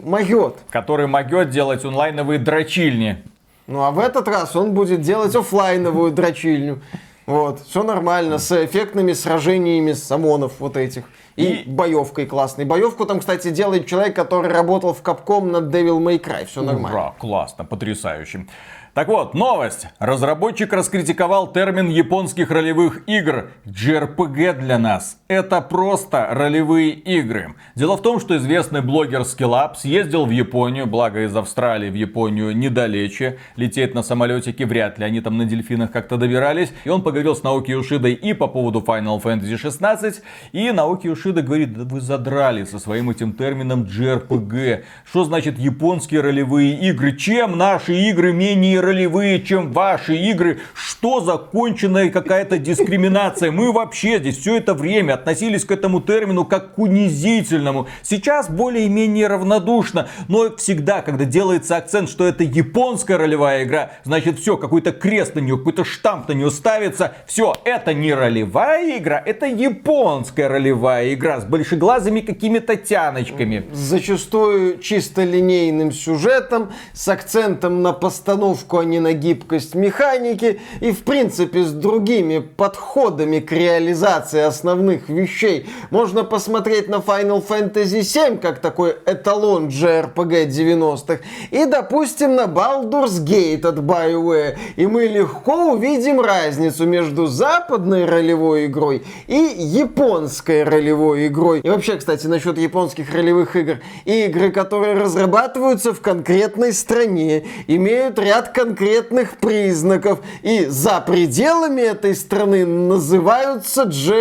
Speaker 2: могет
Speaker 1: делать онлайновые дрочильни.
Speaker 2: Ну а в этот раз он будет делать оффлайновую дрочильню. Вот, все нормально, с эффектными сражениями самонов вот этих. И боевкой классной. Боевку там, кстати, делает человек, который работал в Capcom над Devil May Cry. Все нормально.
Speaker 1: Ура, классно, потрясающе. Так вот, новость. Разработчик раскритиковал термин японских ролевых игр JRPG для нас. Это просто ролевые игры. Дело в том, что известный блогер Skillab съездил в Японию, благо из Австралии в Японию недалече. Лететь на самолетике вряд ли, они там на дельфинах как-то добирались. И он поговорил с Наоки Йошидой и по поводу Final Fantasy 16. И Наоки Йошида говорит: да вы задрали со своим этим термином JRPG. Что значит японские ролевые игры? Чем наши игры менее ролевые, чем ваши игры. Что за конченая какая-то дискриминация? Мы вообще здесь все это время относились к этому термину как к унизительному. Сейчас более-менее равнодушно, но всегда, когда делается акцент, что это японская ролевая игра, значит все, какой-то крест на нее, какой-то штамп на нее ставится. Все, это не ролевая игра, это японская ролевая игра с большеглазыми какими-то тяночками.
Speaker 2: Зачастую чисто линейным сюжетом, с акцентом на постановку, а не на гибкость механики, и в принципе с другими подходами к реализации основных вещей. Можно посмотреть на Final Fantasy VII как такой эталон JRPG 90-х, и, допустим, на Baldur's Gate от BioWare, и мы легко увидим разницу между западной ролевой игрой и японской ролевой игрой. И вообще, кстати, насчет японских ролевых игр. Игры, которые разрабатываются в конкретной стране, имеют ряд конкретных признаков, и за пределами этой страны называются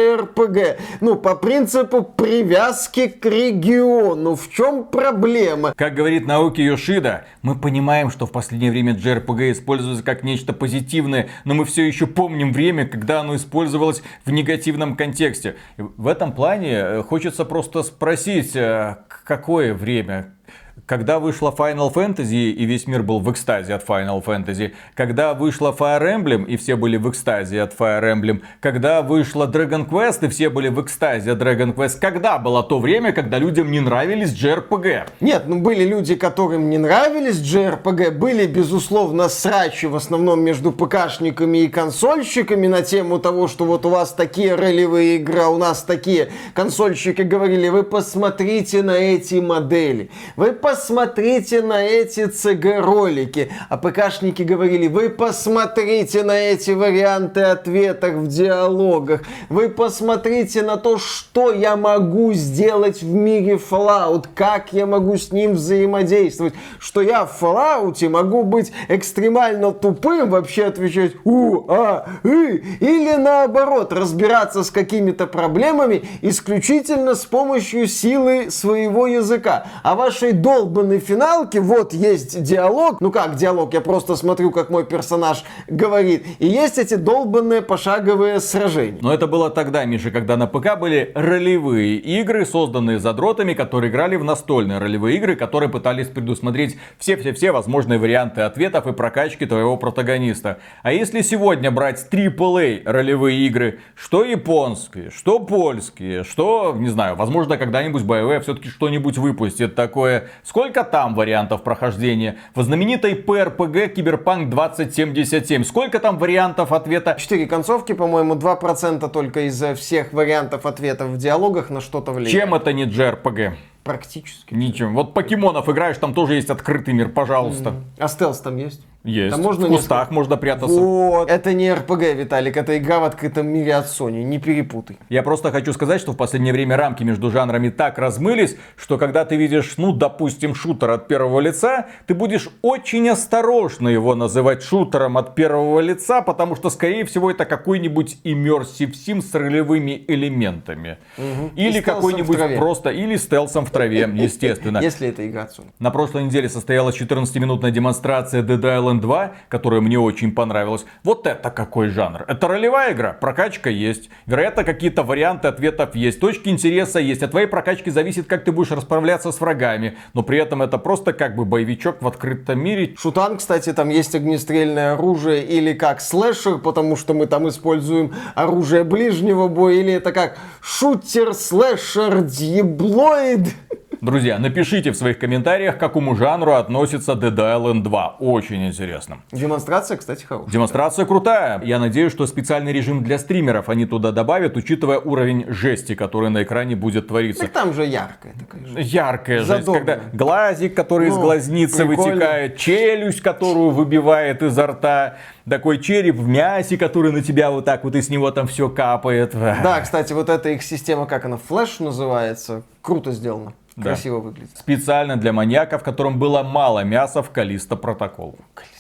Speaker 2: JRPG. Ну, по принципу привязки к региону. В чем проблема?
Speaker 1: Как говорит Наоки Йошида, мы понимаем, что в последнее время JRPG используется как нечто позитивное, но мы все еще помним время, когда оно использовалось в негативном контексте. В этом плане хочется просто спросить, какое время? Когда вышла Final Fantasy и весь мир был в экстазе от Final Fantasy, когда вышла Fire Emblem и все были в экстазе от Fire Emblem, когда вышла Dragon Quest и все были в экстазе от Dragon Quest, когда было то время, когда людям не нравились JRPG?
Speaker 2: Нет, ну были люди, которым не нравились JRPG, были, безусловно, срачи в основном между ПКшниками и консольщиками на тему того, что вот у вас такие ролевые игры, а у нас такие. Консольщики говорили: вы посмотрите на эти модели, вы посмотрите на эти CG-ролики. А ПКшники говорили: вы посмотрите на эти варианты ответов в диалогах. Вы посмотрите на то, что я могу сделать в мире Fallout. Как я могу с ним взаимодействовать. Что я в Fallout могу быть экстремально тупым, вообще отвечать или наоборот, разбираться с какими-то проблемами исключительно с помощью силы своего языка. А вашей долбанной финалке вот есть диалог. Ну как диалог? Я просто смотрю, как мой персонаж говорит. И есть эти долбанные пошаговые сражения.
Speaker 1: Но это было тогда, Миша, когда на ПК были ролевые игры, созданные задротами, которые играли в настольные ролевые игры, которые пытались предусмотреть все возможные варианты ответов и прокачки твоего протагониста. А если сегодня брать AAA ролевые игры, что японские, что польские, что, не знаю, возможно, когда-нибудь BioWare все-таки что-нибудь выпустит такое. Сколько там вариантов прохождения? В знаменитой PRPG Cyberpunk 2077. Сколько там вариантов ответа?
Speaker 2: 4 концовки, по-моему, 2% только из всех вариантов ответов в диалогах на что-то влияет.
Speaker 1: Чем это не JRPG?
Speaker 2: Практически.
Speaker 1: Ничем. Вот покемонов играешь, там тоже есть открытый мир, пожалуйста.
Speaker 2: А стелс там есть?
Speaker 1: Есть.
Speaker 2: Там можно
Speaker 1: в кустах можно прятаться.
Speaker 2: Вот. Это не РПГ, Виталик, это игра в открытом мире от Sony, не перепутай.
Speaker 1: Я просто хочу сказать, что в последнее время рамки между жанрами так размылись, что когда ты видишь, ну, допустим, шутер от первого лица, ты будешь очень осторожно его называть шутером от первого лица, потому что, скорее всего, это какой-нибудь immersive sim с ролевыми элементами. Или какой-нибудь просто, или стелсом в траве, естественно.
Speaker 2: Если это игра от Sony.
Speaker 1: На прошлой неделе состоялась 14-минутная демонстрация Dead Island 2, которая мне очень понравилась. Вот это какой жанр? Это ролевая игра, прокачка есть. Вероятно, какие-то варианты ответов есть. Точки интереса есть. От твоей прокачки зависит, как ты будешь расправляться с врагами. Но при этом это просто как бы боевичок в открытом мире.
Speaker 2: Шутан, кстати, там есть огнестрельное оружие или как слэшер, потому что мы там используем оружие ближнего боя, или это как шутер, слэшер, диаблоид.
Speaker 1: Друзья, напишите в своих комментариях, к какому жанру относится Dead Island 2. Очень интересно.
Speaker 2: Демонстрация, кстати, хорошая.
Speaker 1: Демонстрация крутая. Я надеюсь, что специальный режим для стримеров они туда добавят, учитывая уровень жести, который на экране будет твориться.
Speaker 2: Так там же яркая такая же.
Speaker 1: Яркая жесть, когда глазик, который из глазницы вытекает, челюсть, которую выбивает изо рта, такой череп в мясе, который на тебя вот так вот из него там все капает.
Speaker 2: Да, кстати, вот эта их система, как она, Flash называется, круто сделано. Красиво выглядит.
Speaker 1: Специально для маньяков, которым было мало мяса в Callisto Protocol.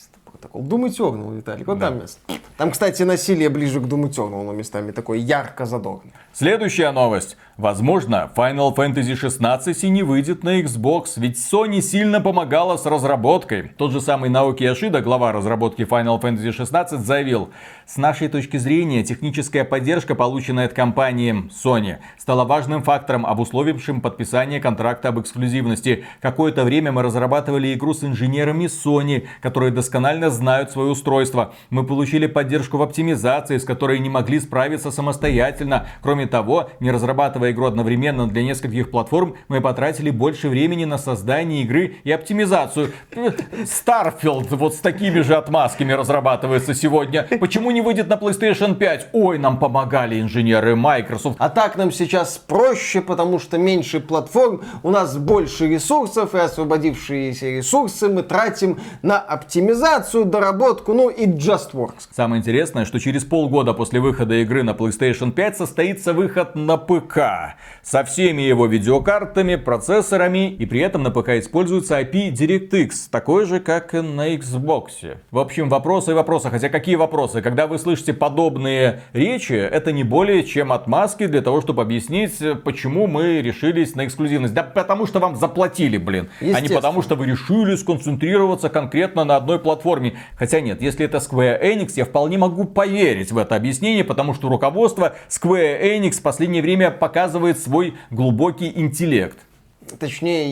Speaker 2: Doom Eternal, Виталик, вот там место. Там, кстати, насилие ближе к Doom Eternal местами, такое ярко задорное.
Speaker 1: Следующая новость. Возможно, Final Fantasy 16 и не выйдет на Xbox, ведь Sony сильно помогала с разработкой. Тот же самый Наоки Йошида, глава разработки Final Fantasy 16, заявил: с нашей точки зрения, техническая поддержка, полученная от компании Sony, стала важным фактором, обусловившим подписание контракта об эксклюзивности. Какое-то время мы разрабатывали игру с инженерами Sony, которые досконально знают свое устройство. Мы получили поддержку в оптимизации, с которой не могли справиться самостоятельно. Кроме того, не разрабатывая игру одновременно для нескольких платформ, мы потратили больше времени на создание игры и оптимизацию. Starfield вот с такими же отмазками разрабатывается сегодня. Почему не выйдет на PlayStation 5? Ой, нам помогали инженеры Microsoft.
Speaker 2: А так нам сейчас проще, потому что меньше платформ, у нас больше ресурсов, и освободившиеся ресурсы мы тратим на оптимизацию, доработку, ну и just works.
Speaker 1: Самое интересное, что через полгода после выхода игры на PlayStation 5 состоится выход на ПК. Со всеми его видеокартами, процессорами, и при этом на ПК используется API DirectX, такой же, как и на Xbox. В общем, вопросы и вопросы. Хотя какие вопросы? Когда вы слышите подобные речи, это не более чем отмазки для того, чтобы объяснить, почему мы решились на эксклюзивность. Да потому что вам заплатили, блин. А не потому что вы решили сконцентрироваться конкретно на одной платформе. Хотя нет, если это Square Enix, я вполне могу поверить в это объяснение, потому что руководство Square Enix в последнее время показывает свой глубокий интеллект.
Speaker 2: Точнее,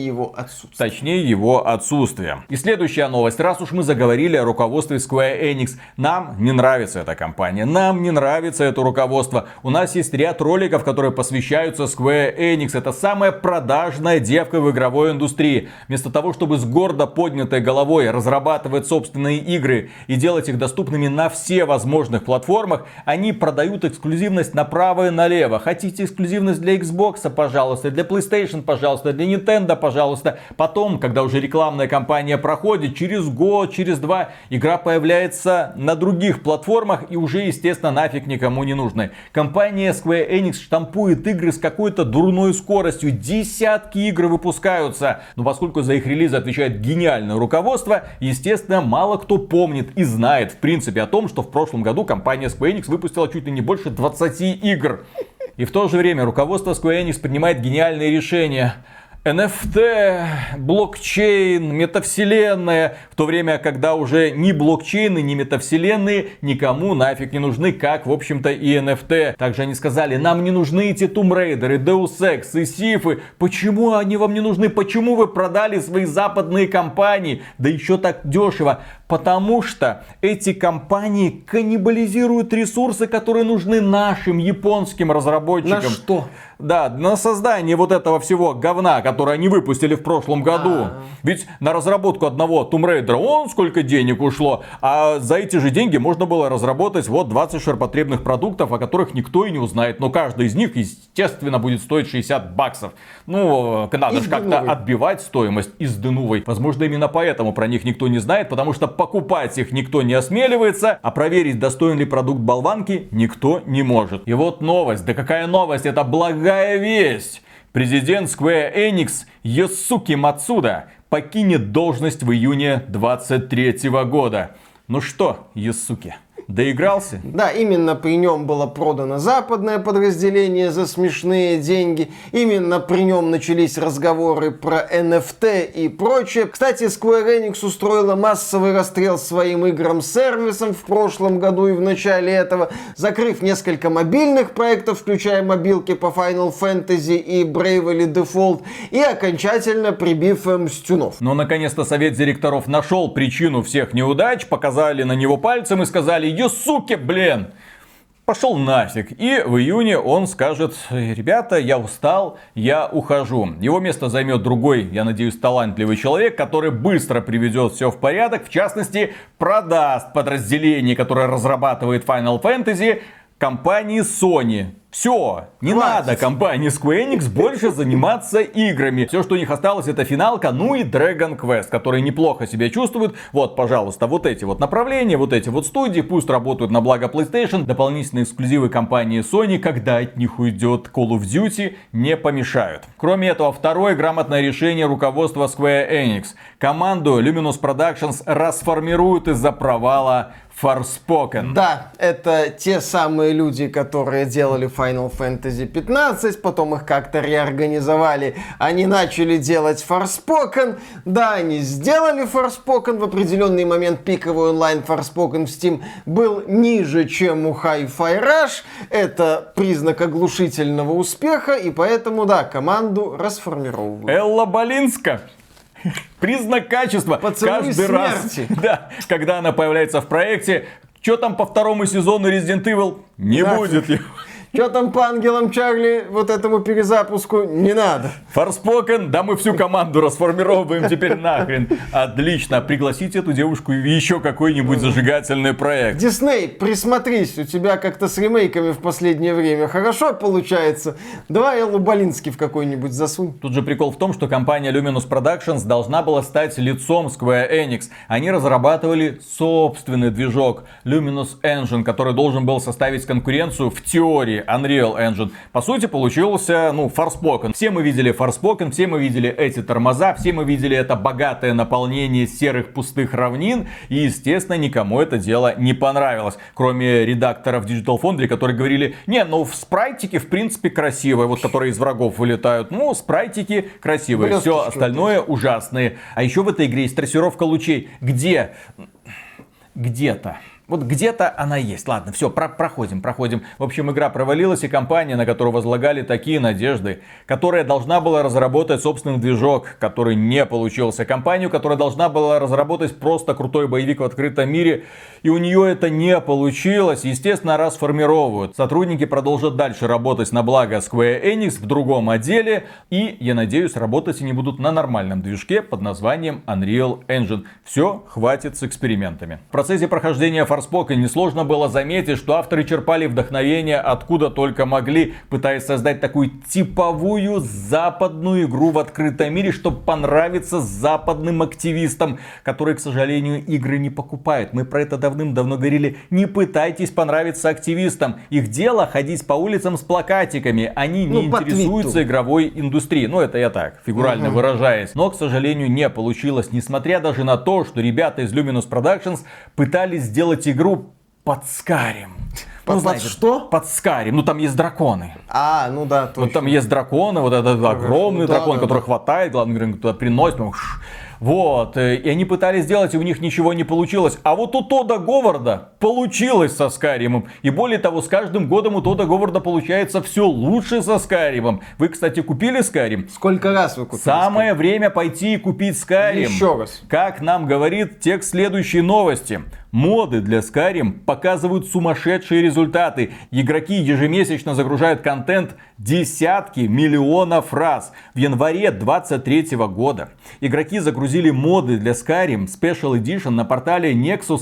Speaker 2: его отсутствие.
Speaker 1: И следующая новость. Раз уж мы заговорили о руководстве Square Enix, нам не нравится эта компания, нам не нравится это руководство. У нас есть ряд роликов, которые посвящаются Square Enix. Это самая продажная девка в игровой индустрии. Вместо того, чтобы с гордо поднятой головой разрабатывать собственные игры и делать их доступными на все возможных платформах, они продают эксклюзивность направо и налево. Хотите эксклюзивность для Xbox, пожалуйста, для PlayStation, пожалуйста, для Nintendo, пожалуйста. Потом, когда уже рекламная кампания проходит, через год, через два, игра появляется на других платформах и уже, естественно, нафиг никому не нужна. Компания Square Enix штампует игры с какой-то дурной скоростью. Десятки игр выпускаются. Но поскольку за их релизы отвечает гениальное руководство, естественно, мало кто помнит и знает, в принципе, о том, что в прошлом году компания Square Enix выпустила чуть ли не больше 20 игр. И в то же время руководство Square Enix принимает гениальные решения. NFT, блокчейн, метавселенная, в то время, когда уже ни блокчейны, ни метавселенные никому нафиг не нужны, как, в общем-то, и NFT. Также они сказали: нам не нужны эти Tomb Raider, Deus Ex и Сифы. Почему они вам не нужны? Почему вы продали свои западные компании? Да еще так дешево. Потому что эти компании каннибализируют ресурсы, которые нужны нашим японским разработчикам.
Speaker 2: На что?
Speaker 1: Да, на создание вот этого всего говна, которое они выпустили в прошлом году. Ведь на разработку одного Tomb Raider вон сколько денег ушло, а за эти же деньги можно было разработать вот 20 ширпотребных продуктов, о которых никто и не узнает. Но каждый из них, естественно, будет стоить $60. Ну, надо же как-то отбивать стоимость из дынувой. Возможно, именно поэтому про них никто не знает, потому что покупать их никто не осмеливается, а проверить, достоин ли продукт болванки, никто не может. И вот новость. Да какая новость? Это благая весть. Президент Square Enix Йосуки Мацуда покинет должность в июне 2023 года. Ну что, Йосуки, доигрался?
Speaker 2: Да, именно при нем было продано западное подразделение за смешные деньги. Именно при нем начались разговоры про NFT и прочее. Кстати, Square Enix устроила массовый расстрел своим играм-сервисам в прошлом году и в начале этого, закрыв несколько мобильных проектов, включая мобилки по Final Fantasy и Bravely Default, и окончательно прибив мстюнов.
Speaker 1: Но наконец-то совет директоров нашел причину всех неудач, показали на него пальцем и сказали: Йосуки, блин, пошел нафиг. И в июне он скажет: ребята, я устал, я ухожу. Его место займет другой, я надеюсь, талантливый человек, который быстро приведет все в порядок. В частности, продаст подразделение, которое разрабатывает Final Fantasy, компании Sony. Все, не надо компании Square Enix больше заниматься играми. Все, что у них осталось, это финалка, ну и Dragon Quest, которые неплохо себя чувствуют. Вот, пожалуйста, вот эти вот направления, вот эти вот студии, пусть работают на благо PlayStation. Дополнительные эксклюзивы компании Sony, когда от них уйдет Call of Duty, не помешают. Кроме этого, второе грамотное решение руководства Square Enix. Команду Luminous Productions расформируют из-за провала Forspoken.
Speaker 2: Да, это те самые люди, которые делали Final Fantasy 15, потом их как-то реорганизовали, они начали делать Forspoken. Да, они сделали Forspoken, в определенный момент пиковый онлайн Forspoken в Steam был ниже, чем у Hi-Fi Rush. Это признак оглушительного успеха, и поэтому, да, команду расформировывают.
Speaker 1: Элла Болинска. Признак качества.
Speaker 2: Поцелуй
Speaker 1: Каждый раз, да, когда она появляется в проекте, что там по второму сезону Resident Evil? Не будет его.
Speaker 2: Что там по Ангелам Чарли, вот этому перезапуску, не надо.
Speaker 1: Forspoken, да мы всю команду расформировываем теперь нахрен. Отлично, пригласите эту девушку в еще какой-нибудь зажигательный проект.
Speaker 2: Дисней, присмотрись, у тебя как-то с ремейками в последнее время хорошо получается. Давай Эллу Болински в какой-нибудь засунь.
Speaker 1: Тут же прикол в том, что компания Luminous Productions должна была стать лицом Square Enix. Они разрабатывали собственный движок Luminous Engine, который должен был составить конкуренцию в теории Unreal Engine. По сути, получился, Forspoken. Все мы видели Forspoken, все мы видели эти тормоза, все мы видели это богатое наполнение серых пустых равнин. И, естественно, никому это дело не понравилось. Кроме редакторов Digital Foundry, которые говорили, спрайтики, в принципе, красивые. Вот, которые из врагов вылетают. Спрайтики красивые.
Speaker 2: Блесточки.
Speaker 1: Все остальное ужасные. А еще в этой игре есть трассировка лучей. Где-то. Вот где-то она есть. Ладно, все, проходим. В общем, игра провалилась, и компания, на которую возлагали такие надежды, которая должна была разработать собственный движок, который не получился. Компанию, которая должна была разработать просто крутой боевик в открытом мире, и у нее это не получилось. Естественно, расформировывают. Сотрудники продолжат дальше работать на благо Square Enix в другом отделе, и, я надеюсь, работать они будут на нормальном движке под названием Unreal Engine. Все, хватит с экспериментами. В процессе прохождения Forspoken несложно было заметить, что авторы черпали вдохновение откуда только могли, пытаясь создать такую типовую западную игру в открытом мире, чтобы понравиться западным активистам, которые, к сожалению, игры не покупают. Мы про это давным-давно говорили. Не пытайтесь понравиться активистам. Их дело ходить по улицам с плакатиками. Они не интересуются игровой индустрией. Это я так, фигурально выражаясь. Но, к сожалению, не получилось. Несмотря даже на то, что ребята из Luminous Productions пытались сделать игру под Skyrim.
Speaker 2: Под что?
Speaker 1: Под Skyrim. Там есть драконы.
Speaker 2: Да, точно.
Speaker 1: Вот там есть драконы, вот этот огромный дракон, который хватает, главное, туда приносит. Вот, и они пытались сделать, и у них ничего не получилось. А вот у Тодда Говарда получилось со Скайримом. И более того, с каждым годом у Тодда Говарда получается все лучше со Скайримом. Вы, кстати, купили Скайрим?
Speaker 2: Сколько раз вы купили?
Speaker 1: Самое время пойти и купить Скайрим.
Speaker 2: Еще раз.
Speaker 1: Как нам говорит текст следующей новости. Моды для Skyrim показывают сумасшедшие результаты. Игроки ежемесячно загружают контент десятки миллионов раз. В январе 2023 года игроки загрузили моды для Skyrim Special Edition на портале Nexus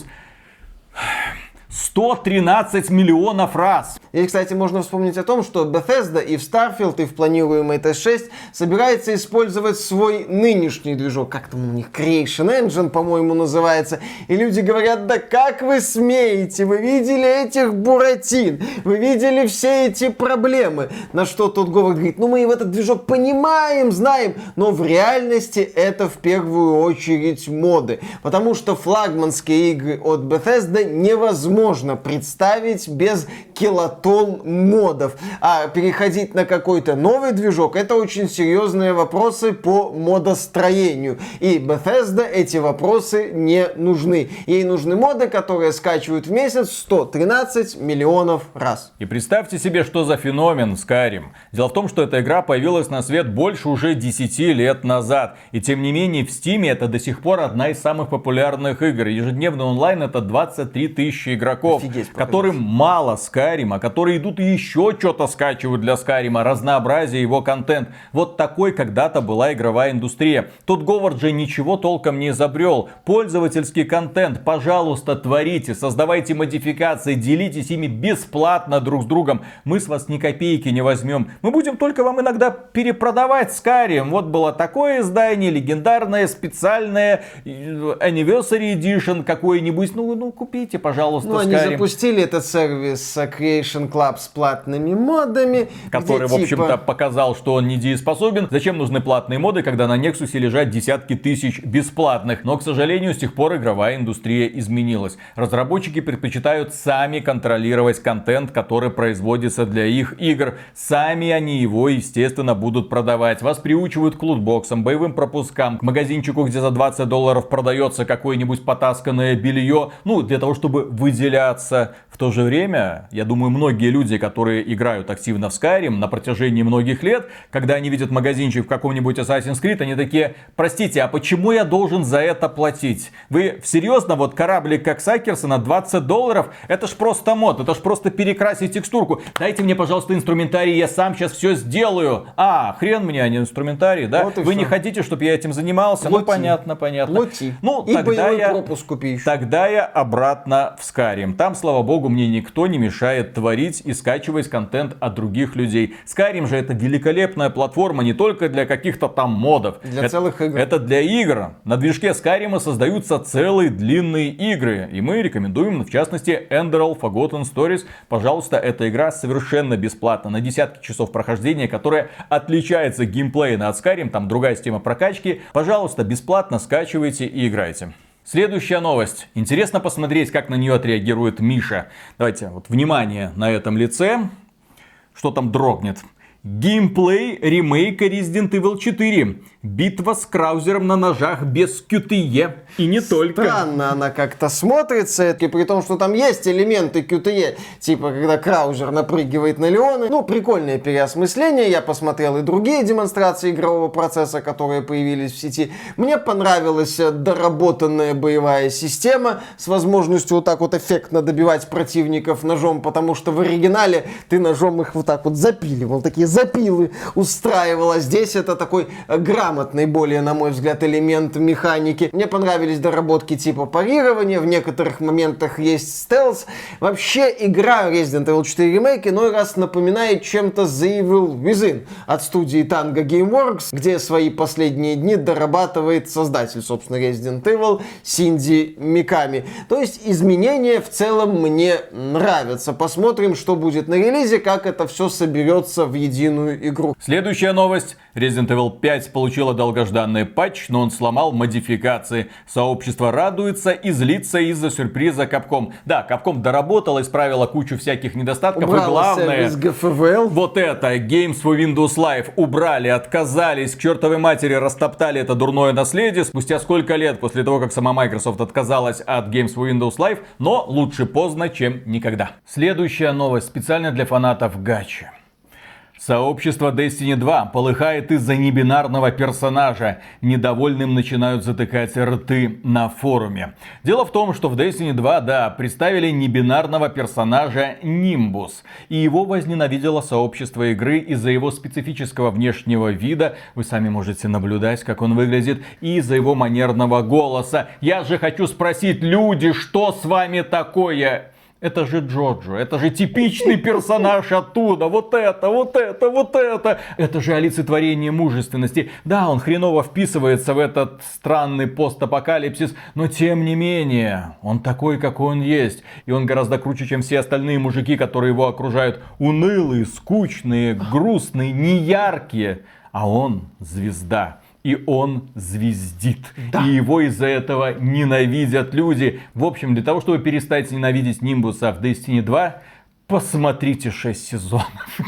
Speaker 1: 113 миллионов раз.
Speaker 2: И, кстати, можно вспомнить о том, что Bethesda и в Starfield, и в планируемой TS6 собирается использовать свой нынешний движок, как там у них, Creation Engine, по-моему, называется. И люди говорят, да как вы смеете, вы видели этих буратин, вы видели все эти проблемы. На что тот Говард говорит, мы этот движок понимаем, знаем, но в реальности это в первую очередь моды. Потому что флагманские игры от Bethesda невозможно представить без килотонн модов. А переходить на какой-то новый движок — это очень серьезные вопросы по модостроению. И Bethesda эти вопросы не нужны. Ей нужны моды, которые скачивают в месяц 113 миллионов раз.
Speaker 1: И представьте себе, что за феномен Skyrim. Дело в том, что эта игра появилась на свет больше уже 10 лет назад. И тем не менее в Steam это до сих пор одна из самых популярных игр. Ежедневный онлайн — это 23 тысячи игроков. Которым мало Скайрима, которые идут и еще что-то скачивают для Скайрима, разнообразие его контент. Вот такой когда-то была игровая индустрия. Тут Говард же ничего толком не изобрел. Пользовательский контент, пожалуйста, творите, создавайте модификации, делитесь ими бесплатно друг с другом. Мы с вас ни копейки не возьмем. Мы будем только вам иногда перепродавать Skyrim. Вот было такое издание, легендарное, специальное, Anniversary Edition какой-нибудь. Купите, пожалуйста,
Speaker 2: они запустили этот сервис Creation Club с платными модами.
Speaker 1: Который, в общем-то, показал, что он недееспособен. Зачем нужны платные моды, когда на Nexus лежат десятки тысяч бесплатных? Но, к сожалению, с тех пор игровая индустрия изменилась. Разработчики предпочитают сами контролировать контент, который производится для их игр. Сами они его, естественно, будут продавать. Вас приучивают к лутбоксам, боевым пропускам, к магазинчику, где за $20 продается какое-нибудь потасканное белье. Ну, для того, чтобы выделяться. В то же время, я думаю, многие люди, которые играют активно в Skyrim на протяжении многих лет, когда они видят магазинчик в каком-нибудь Assassin's Creed, они такие: простите, а почему я должен за это платить? Вы серьезно, вот кораблик как Сакерсона, $20? Это ж просто мод, это ж просто перекрасить текстурку. Дайте мне, пожалуйста, инструментарий, я сам сейчас все сделаю. А, хрен мне, а не инструментарий, да? Вот вы не хотите, чтобы я этим занимался? Плати. Ну, понятно.
Speaker 2: Плати.
Speaker 1: Ну,
Speaker 2: и боевой пропуск купишь.
Speaker 1: Тогда я обратно в Skyrim. Там, слава богу, мне никто не мешает творить и скачивать контент от других людей. Skyrim же это великолепная платформа не только для каких-то там модов.
Speaker 2: Для целых игр.
Speaker 1: Это для игр. На движке Skyrim создаются целые длинные игры. И мы рекомендуем, в частности, Enderal Forgotten Stories. Пожалуйста, эта игра совершенно бесплатна. На десятки часов прохождения, которая отличается геймплейно от Skyrim. Там другая система прокачки. Пожалуйста, бесплатно скачивайте и играйте. Следующая новость. Интересно посмотреть, как на нее отреагирует Миша. Давайте, вот внимание на этом лице. Что там дрогнет? Геймплей ремейка Resident Evil 4. Битва с Краузером на ножах без QTE. И не только.
Speaker 2: Странно она как-то смотрится, и при том, что там есть элементы QTE. Типа, когда Краузер напрыгивает на Леоны. Ну, прикольное переосмысление. Я посмотрел и другие демонстрации игрового процесса, которые появились в сети. Мне понравилась доработанная боевая система с возможностью вот так вот эффектно добивать противников ножом, потому что в оригинале ты ножом их вот так вот запиливал. Такие запилы устраивала. Здесь это такой грамотный, более, на мой взгляд, элемент механики. Мне понравились доработки типа парирования. В некоторых моментах есть стелс. Вообще, игра Resident Evil 4 Remake иной раз напоминает чем-то The Evil Within от студии Tango Gameworks, где свои последние дни дорабатывает создатель, собственно, Resident Evil Синди Миками. То есть изменения в целом мне нравятся. Посмотрим, что будет на релизе, как это все соберется в единую игру.
Speaker 1: Следующая новость. Resident Evil 5 получила долгожданный патч, но он сломал модификации. Сообщество радуется и злится из-за сюрприза Capcom. Да, Capcom доработала, исправила кучу всяких недостатков.
Speaker 2: Убрала
Speaker 1: и главное,
Speaker 2: GFVL.
Speaker 1: Вот это, Games for Windows Live убрали, отказались, к чертовой матери растоптали это дурное наследие. Спустя сколько лет после того, как сама Microsoft отказалась от Games for Windows Live, но лучше поздно, чем никогда. Следующая новость специально для фанатов гачи. Сообщество Destiny 2 полыхает из-за небинарного персонажа. Недовольным начинают затыкать рты на форуме. Дело в том, что в Destiny 2, представили небинарного персонажа Nimbus. И его возненавидело сообщество игры из-за его специфического внешнего вида. Вы сами можете наблюдать, как он выглядит. И из-за его манерного голоса. Я же хочу спросить, люди, что с вами такое? Это же Джоджо, это же типичный персонаж оттуда, вот это. Это же олицетворение мужественности. Да, он хреново вписывается в этот странный постапокалипсис, но тем не менее, он такой, какой он есть. И он гораздо круче, чем все остальные мужики, которые его окружают. Унылые, скучные, грустные, неяркие. А он звезда. И он звездит. Да. И его из-за этого ненавидят люди. В общем, для того, чтобы перестать ненавидеть Нимбуса в Destiny 2, посмотрите 6 сезонов.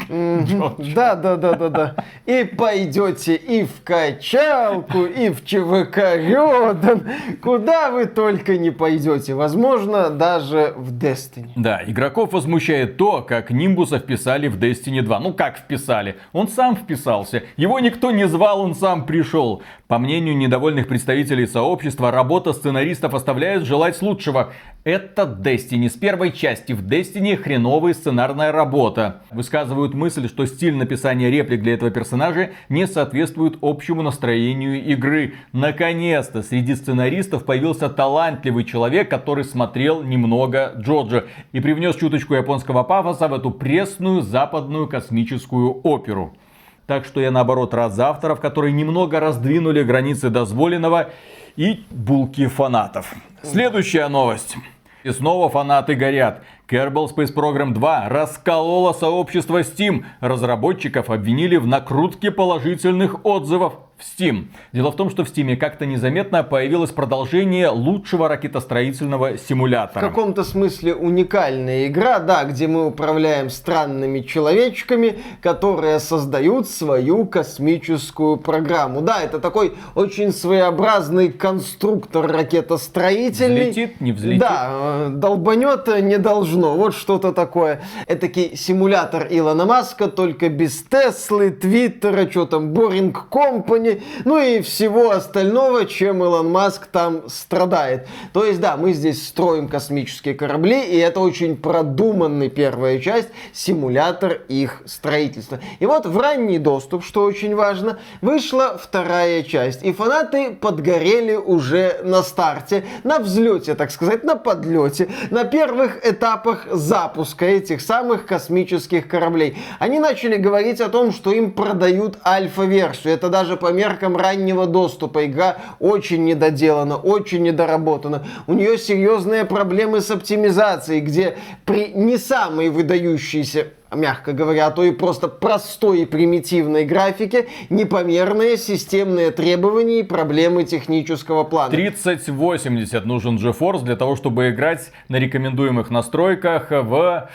Speaker 2: Да. И пойдете и в качалку, и в ЧВК Рёдан. Куда вы только не пойдете. Возможно, даже в Destiny.
Speaker 1: Да, игроков возмущает то, как Нимбуса вписали в Destiny 2. Ну как вписали? Он сам вписался. Его никто не звал, он сам пришел. По мнению недовольных представителей сообщества, работа сценаристов оставляет желать лучшего. Это Destiny. С первой части в Destiny хреновая сценарная работа. Высказывают мысль, что стиль написания реплик для этого персонажа не соответствует общему настроению игры. Наконец-то среди сценаристов появился талантливый человек, который смотрел немного Джоджо и привнес чуточку японского пафоса в эту пресную западную космическую оперу. Так что я наоборот рад за авторов, которые немного раздвинули границы дозволенного и булки фанатов. Следующая новость. И снова фанаты горят. Kerbal Space Program 2 расколола сообщество Steam. Разработчиков обвинили в накрутке положительных отзывов в Steam. Дело в том, что в Steam как-то незаметно появилось продолжение лучшего ракетостроительного симулятора.
Speaker 2: В каком-то смысле уникальная игра, да, где мы управляем странными человечками, которые создают свою космическую программу. Да, это такой очень своеобразный конструктор ракетостроительный.
Speaker 1: Взлетит, не взлетит.
Speaker 2: Да, долбанет не должно. Вот что-то такое. Этакий симулятор Илона Маска, только без Теслы, Твиттера, что там, Boring Company, ну и всего остального, чем Илон Маск там страдает. То есть, да, мы здесь строим космические корабли, и это очень продуманный, первая часть, симулятор их строительства. И вот в ранний доступ, что очень важно, вышла вторая часть. И фанаты подгорели уже на старте, на взлете, так сказать, на подлете, на первых этапах запуска этих самых космических кораблей. Они начали говорить о том, что им продают альфа-версию. Это даже по меркам раннего доступа. Игра очень недоделана, очень недоработана. У нее серьезные проблемы с оптимизацией, где при не самой выдающейся, мягко говоря, а то и просто простой и примитивной графике, непомерные системные требования и проблемы технического плана.
Speaker 1: 3080 нужен GeForce для того, чтобы играть на рекомендуемых настройках в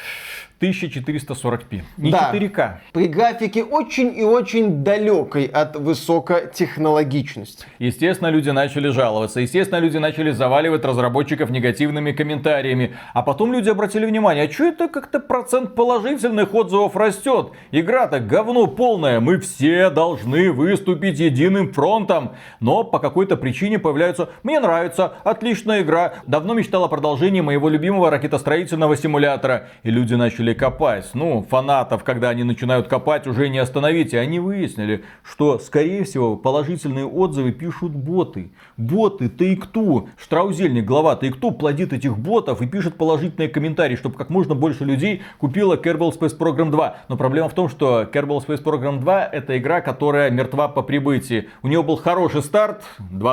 Speaker 1: 1440p. Не
Speaker 2: да,
Speaker 1: 4К.
Speaker 2: При графике очень и очень далекой от высокотехнологичности.
Speaker 1: Естественно, люди начали жаловаться. Естественно, люди начали заваливать разработчиков негативными комментариями. А потом люди обратили внимание, а что это как-то процент положительных отзывов растет? Игра-то говно полное. Мы все должны выступить единым фронтом. Но по какой-то причине появляются: мне нравится, отличная игра. Давно мечтал о продолжении моего любимого ракетостроительного симулятора. И люди начали копать. Ну, фанатов, когда они начинают копать, уже не остановить. И они выяснили, что, скорее всего, положительные отзывы пишут боты. Боты Take-Two. Штраузельник, глава Take-Two, плодит этих ботов и пишет положительные комментарии, чтобы как можно больше людей купило Kerbal Space Program 2. Но проблема в том, что Kerbal Space Program 2 это игра, которая мертва по прибытии. У нее был хороший старт,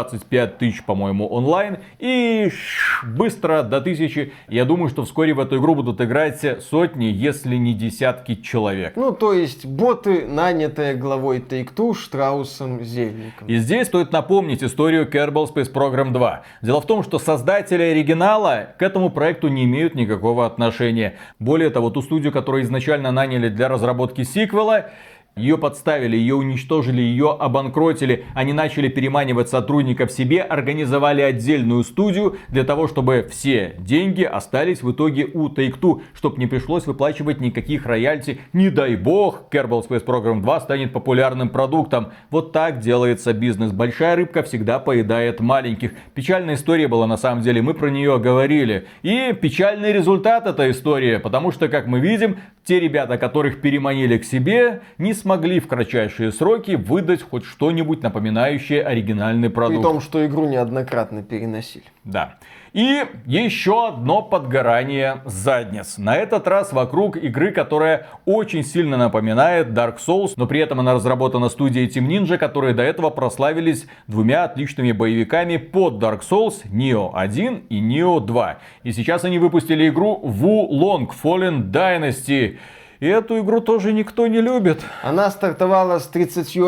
Speaker 1: 25 тысяч, по-моему, онлайн, и быстро до 1000. Я думаю, что вскоре в эту игру будут играть сотни, если не десятки человек.
Speaker 2: Ну, то есть боты, нанятые главой Take-Two Штраусом Зельником.
Speaker 1: И здесь стоит напомнить историю Kerbal Space Program 2. Дело в том, что создатели оригинала к этому проекту не имеют никакого отношения. Более того, ту студию, которую изначально наняли для разработки сиквела, ее подставили, ее уничтожили, ее обанкротили. Они начали переманивать сотрудников себе, организовали отдельную студию для того, чтобы все деньги остались в итоге у Take-Two, чтобы не пришлось выплачивать никаких роялти. Не дай бог, Kerbal Space Program 2 станет популярным продуктом. Вот так делается бизнес. Большая рыбка всегда поедает маленьких. Печальная история была на самом деле, мы про нее говорили. И печальный результат этой истории, потому что, как мы видим, те ребята, которых переманили к себе, не смогли в кратчайшие сроки выдать хоть что-нибудь напоминающее оригинальный продукт.
Speaker 2: При том, что игру неоднократно переносили.
Speaker 1: Да. И еще одно подгорание задниц. На этот раз вокруг игры, которая очень сильно напоминает Dark Souls, но при этом она разработана студией Team Ninja, которые до этого прославились двумя отличными боевиками под Dark Souls, Nioh 1 и Nioh 2. И сейчас они выпустили игру Wo Long Fallen Dynasty. И эту игру тоже никто не любит.
Speaker 2: Она стартовала с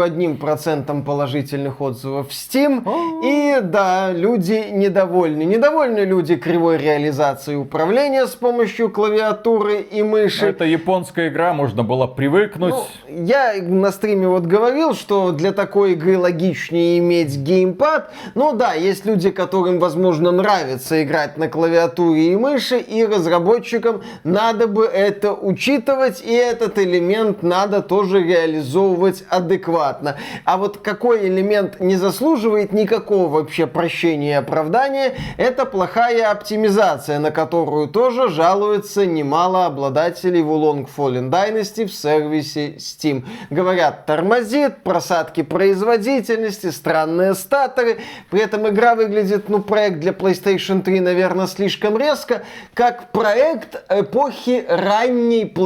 Speaker 2: 31% положительных отзывов в Steam. И да, люди недовольны. Недовольны люди кривой реализацией управления с помощью клавиатуры и мыши.
Speaker 1: Это японская игра, можно было привыкнуть.
Speaker 2: Ну, я на стриме вот говорил, что для такой игры логичнее иметь геймпад. Но да, есть люди, которым, возможно, нравится играть на клавиатуре и мыши, и разработчикам надо бы это учитывать. И этот элемент надо тоже реализовывать адекватно. А вот какой элемент не заслуживает никакого вообще прощения и оправдания, это плохая оптимизация, на которую тоже жалуются немало обладателей Wo Long Fallen Dynasty в сервисе Steam. Говорят, тормозит, просадки производительности, странные статоры. При этом игра выглядит, проект для PlayStation 3, наверное, слишком резко, как проект эпохи ранней PlayStation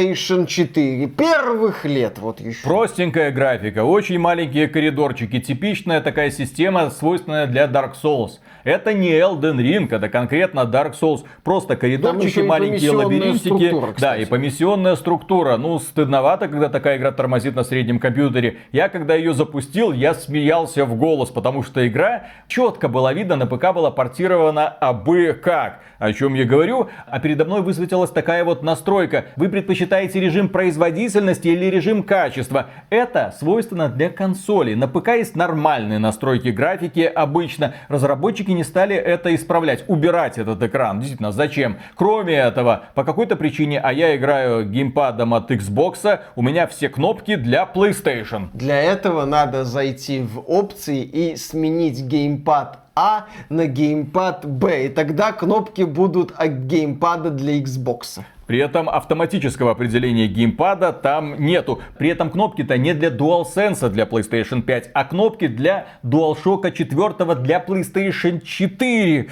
Speaker 2: PlayStation 4 первых лет, вот еще.
Speaker 1: Простенькая графика, очень маленькие коридорчики, типичная такая система, свойственная для Dark Souls. Это не Elden Ring, это конкретно Dark Souls. Просто коридорчики, маленькие лабиринтики. Да, и помиссионная структура. Ну, стыдновато, когда такая игра тормозит на среднем компьютере. Я, когда ее запустил, я смеялся в голос, потому что игра четко была видно, на ПК была портирована абы как. О чем я говорю? А передо мной высветилась такая вот настройка. Вы предпочитаете режим производительности или режим качества? Это свойственно для консолей. На ПК есть нормальные настройки графики обычно. Разработчики не стали это исправлять, убирать этот экран. Действительно, зачем? Кроме этого, по какой-то причине, а я играю геймпадом от Xbox, у меня все кнопки для PlayStation.
Speaker 2: Для этого надо зайти в опции и сменить геймпад А на геймпад Б. И тогда кнопки будут от геймпада для Xbox.
Speaker 1: При этом автоматического определения геймпада там нету. При этом кнопки-то не для DualSense для PlayStation 5, а кнопки для DualShock 4 для PlayStation 4.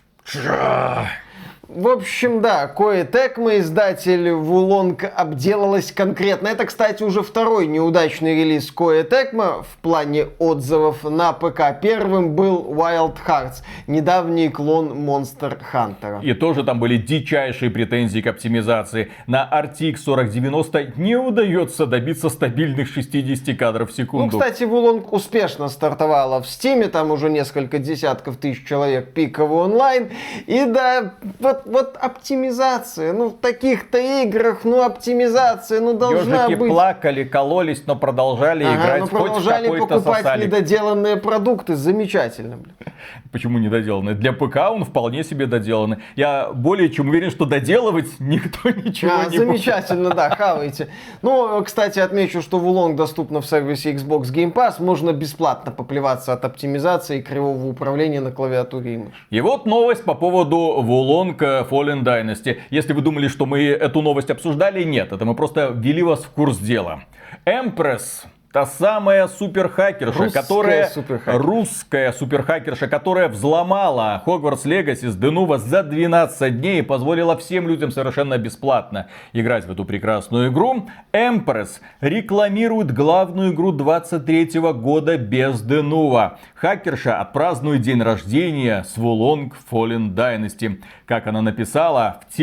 Speaker 2: В общем, да, Koei Tecmo, издатель Wulong, обделалась конкретно. Это, кстати, уже второй неудачный релиз Koei Tecmo в плане отзывов на ПК. Первым был Wild Hearts, недавний клон Monster Hunter.
Speaker 1: И тоже там были дичайшие претензии к оптимизации. На RTX 4090 не удается добиться стабильных 60 кадров в секунду.
Speaker 2: Ну, кстати, Wulong успешно стартовала в Steam, там уже несколько десятков тысяч человек пиковый онлайн. И да, вот оптимизация, ну в таких-то играх, ну оптимизация, ну должна
Speaker 1: Ёжики
Speaker 2: быть.
Speaker 1: плакали, кололись, но продолжали играть,
Speaker 2: но продолжали
Speaker 1: хоть в какой-то
Speaker 2: покупать
Speaker 1: сосалик.
Speaker 2: недоделанные продукты, замечательно.
Speaker 1: Почему недоделанный? Для ПК он вполне себе доделанный. Я более чем уверен, что доделывать никто ничего не
Speaker 2: замечательно, да, хавайте. Ну, кстати, отмечу, что Wulong доступна в сервисе Xbox Game Pass, можно бесплатно поплеваться от оптимизации и кривого управления на клавиатуре и мыши.
Speaker 1: И вот новость по поводу Wulong Fallen Dynasty. Если вы думали, что мы эту новость обсуждали, нет, это мы просто ввели вас в курс дела. Empress, та самая суперхакерша, русская суперхакерша, которая взломала Hogwarts Legacy с Denuvo за 12 дней и позволила всем людям совершенно бесплатно играть в эту прекрасную игру. Empress рекламирует главную игру 23 года без Denuvo. Хакерша отпразднует день рождения с Wulong Fallen Dynasty. Как она написала в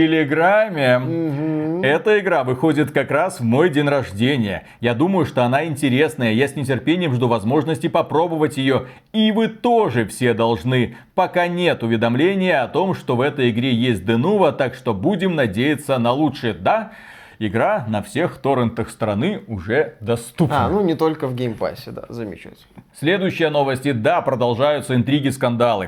Speaker 1: Телеграме, эта игра выходит как раз в мой день рождения. Я думаю, что она интересная. Я с нетерпением жду возможности попробовать ее. И вы тоже все должны. Пока нет уведомления о том, что в этой игре есть Denuvo, так что будем надеяться на лучшее. Да, игра на всех торрентах страны уже доступна.
Speaker 2: Ну не только в геймпассе, да, замечательно.
Speaker 1: Следующие новости. Да, продолжаются интриги, скандалы.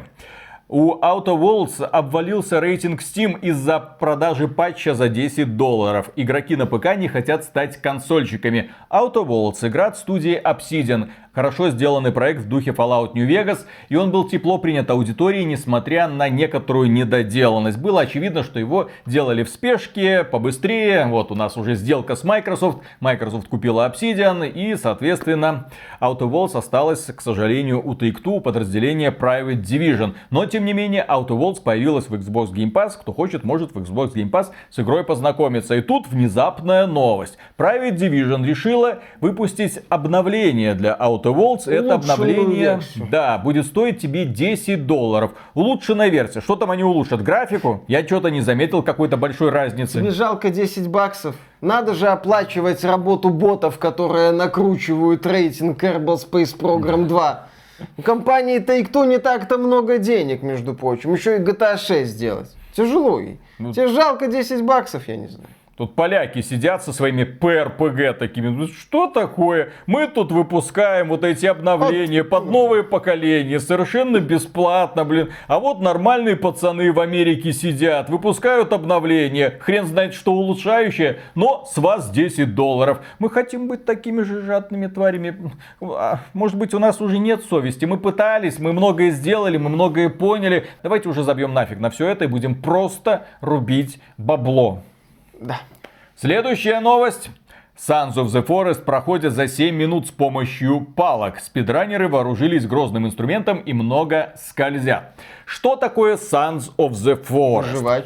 Speaker 1: У Outer Worlds обвалился рейтинг Steam из-за продажи патча за $10. Игроки на ПК не хотят стать консольщиками. Outer Worlds — игра от студии Obsidian. Хорошо сделанный проект в духе Fallout New Vegas, и он был тепло принят аудиторией, несмотря на некоторую недоделанность. Было очевидно, что его делали в спешке, побыстрее. Вот у нас уже сделка с Microsoft. Microsoft купила Obsidian, и, соответственно, Outer Worlds осталось, к сожалению, у Take-Two, подразделение Private Division. Но, тем не менее, Outer Worlds появилась в Xbox Game Pass. Кто хочет, может в Xbox Game Pass с игрой познакомиться. И тут внезапная новость. Private Division решила выпустить обновление для Outer Worlds. Это обновление, да, будет стоить тебе $10. Улучшенная версия. Что там они улучшат? Графику? Я что-то не заметил какой-то большой разницы.
Speaker 2: Тебе жалко $10? Надо же оплачивать работу ботов, которые накручивают рейтинг Kerbal Space Program 2. У компании Take-Two не так-то много денег, между прочим. Еще и GTA 6 сделать. Тяжело ей. Тебе жалко $10, я не знаю.
Speaker 1: Тут поляки сидят со своими PRPG такими. Ну что такое? Мы тут выпускаем вот эти обновления под новое поколение. Совершенно бесплатно, блин. А вот нормальные пацаны в Америке сидят. Выпускают обновления. Хрен знает, что улучшающее. Но с вас $10. Мы хотим быть такими же жадными тварями. Может быть, у нас уже нет совести. Мы пытались, мы многое сделали, мы многое поняли. Давайте уже забьем нафиг на все это и будем просто рубить бабло.
Speaker 2: Да.
Speaker 1: Следующая новость. Sons of the Forest проходят за 7 минут с помощью палок. Спидранеры вооружились грозным инструментом и много скользят. Что такое Sons of the Forest?
Speaker 2: Жвач.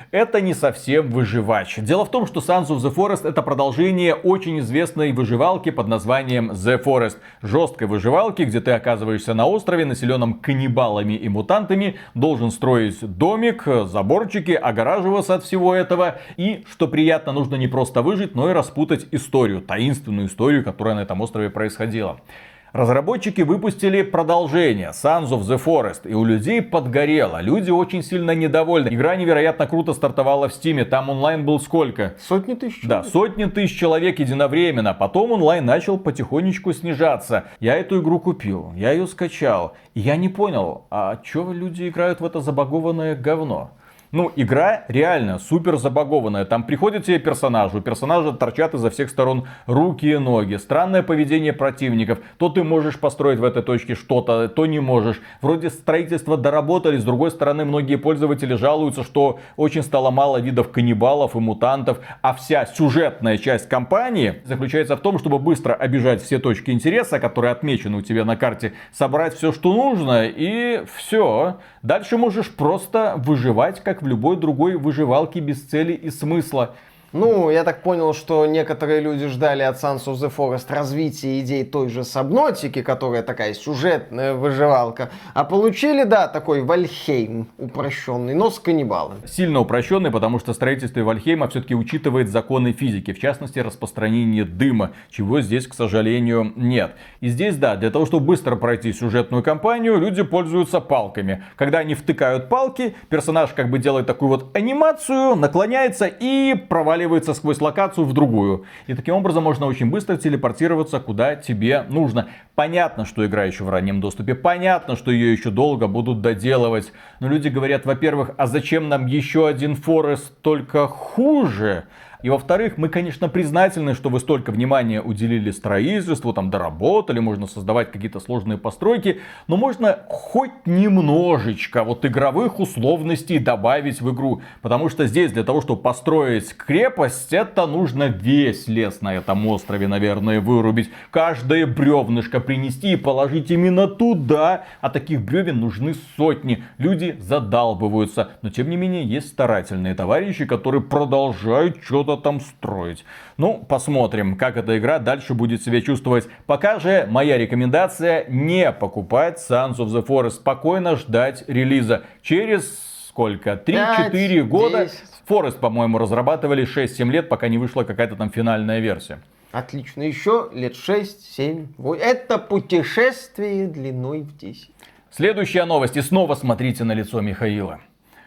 Speaker 1: это не совсем выживач. Дело в том, что Sons of the Forest это продолжение очень известной выживалки под названием The Forest. Жесткой выживалки, где ты оказываешься на острове, населенном каннибалами и мутантами, должен строить домик, заборчики, огораживаться от всего этого. И, что приятно, нужно не просто выжить, но и распутать историю, таинственную историю, которая на этом острове происходила. Разработчики выпустили продолжение Sons of the Forest, и у людей подгорело. Люди очень сильно недовольны. Игра невероятно круто стартовала в Стиме. Там онлайн был сколько?
Speaker 2: Сотни тысяч
Speaker 1: человек. Да, сотни тысяч человек единовременно. Потом онлайн начал потихонечку снижаться. Я эту игру купил, я ее скачал. И я не понял, а чё люди играют в это забагованное говно? Ну, игра реально супер забагованная. Там приходят тебе персонажи, у персонажа торчат изо всех сторон руки и ноги. Странное поведение противников. То ты можешь построить в этой точке что-то, то не можешь. Вроде строительство доработали, с другой стороны многие пользователи жалуются, что очень стало мало видов каннибалов и мутантов. А вся сюжетная часть кампании заключается в том, чтобы быстро обижать все точки интереса, которые отмечены у тебя на карте, собрать все, что нужно, и все. Дальше можешь просто выживать, как в любой другой выживалке без цели и смысла.
Speaker 2: Ну, я так понял, что некоторые люди ждали от Sons of the Forest развития идей той же Сабнотики, которая такая сюжетная выживалка, а получили, да, такой Вальхейм упрощенный, но с каннибалами.
Speaker 1: Сильно упрощенный, потому что строительство Вальхейма все-таки учитывает законы физики, в частности распространение дыма, чего здесь, к сожалению, нет. И здесь, да, для того, чтобы быстро пройти сюжетную кампанию, люди пользуются палками. Когда они втыкают палки, персонаж как бы делает такую вот анимацию, наклоняется и проваливается сквозь локацию в другую. И таким образом можно очень быстро телепортироваться куда тебе нужно. Понятно, что игра еще в раннем доступе. Понятно, что ее еще долго будут доделывать. Но люди говорят, во-первых, а зачем нам еще один Форест, только хуже? И во-вторых, мы, конечно, признательны, что вы столько внимания уделили строительству, там доработали, можно создавать какие-то сложные постройки, но можно хоть немножечко вот игровых условностей добавить в игру. Потому что здесь для того, чтобы построить крепость, это нужно весь лес на этом острове, наверное, вырубить. Каждое бревнышко принести и положить именно туда. А таких бревен нужны сотни. Люди задалбываются. Но тем не менее есть старательные товарищи, которые продолжают что-то там строить. Ну, посмотрим, как эта игра дальше будет себя чувствовать. Пока же моя рекомендация не покупать Sons of the Forest. Спокойно ждать релиза. Через сколько? 3-4 года.
Speaker 2: 10.
Speaker 1: Forest, по-моему, разрабатывали 6-7 лет, пока не вышла какая-то там финальная версия.
Speaker 2: Отлично. Еще лет 6, 7, 8. Это путешествие длиной в 10.
Speaker 1: Следующая новость. И снова смотрите на лицо Михаила.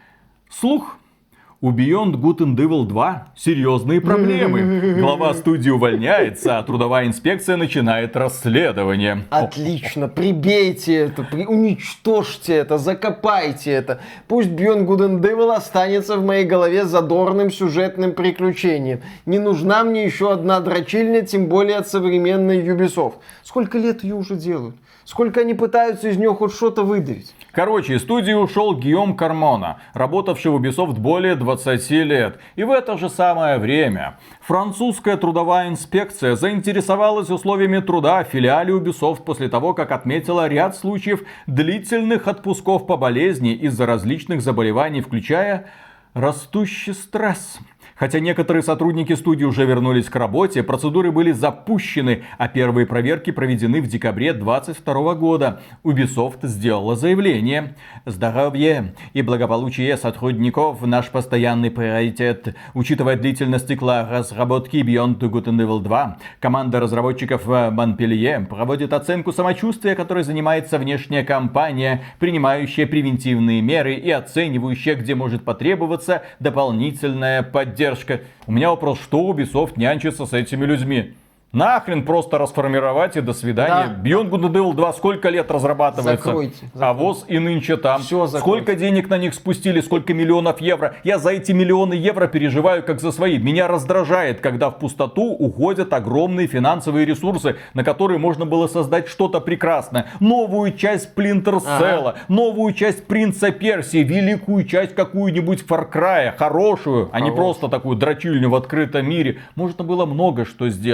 Speaker 1: Слух. У Beyond Good and Evil 2 серьезные проблемы. Глава студии увольняется, а трудовая инспекция начинает расследование.
Speaker 2: Отлично, прибейте это, уничтожьте это, закопайте это. Пусть Beyond Good and Evil останется в моей голове задорным сюжетным приключением. Не нужна мне еще одна дрочильня, тем более от современной Ubisoft. Сколько лет ее уже делают? Сколько они пытаются из нее хоть что-то выдавить?
Speaker 1: Короче, из студии ушел Гийом Кармона, работавший в Ubisoft более 20 лет. И в это же самое время французская трудовая инспекция заинтересовалась условиями труда в филиале Ubisoft после того, как отметила ряд случаев длительных отпусков по болезни из-за различных заболеваний, включая растущий стресс. Хотя некоторые сотрудники студии уже вернулись к работе, процедуры были запущены, а первые проверки проведены в декабре 2022 года. Ubisoft сделала заявление. Здоровье и благополучие сотрудников – наш постоянный приоритет. Учитывая длительность цикла разработки Beyond Good and Evil 2, команда разработчиков в Монпелье проводит оценку самочувствия, которой занимается внешняя компания, принимающая превентивные меры и оценивающая, где может потребоваться дополнительная поддержка. У меня вопрос, что Ubisoft нянчится с этими людьми? Нахрен просто расформировать и до свидания. Да. Beyond Good and Evil 2 сколько лет разрабатывается?
Speaker 2: Закройте.
Speaker 1: А ВОЗ и нынче там. Сколько денег на них спустили, сколько миллионов евро. Я за эти миллионы евро переживаю как за свои. Меня раздражает, когда в пустоту уходят огромные финансовые ресурсы, на которые можно было создать что-то прекрасное. Новую часть Splinter Cell, новую часть Принца Персии, великую часть какую-нибудь Far Cry, хорошую, а не просто такую дрочильню в открытом мире. Можно было много что сделать.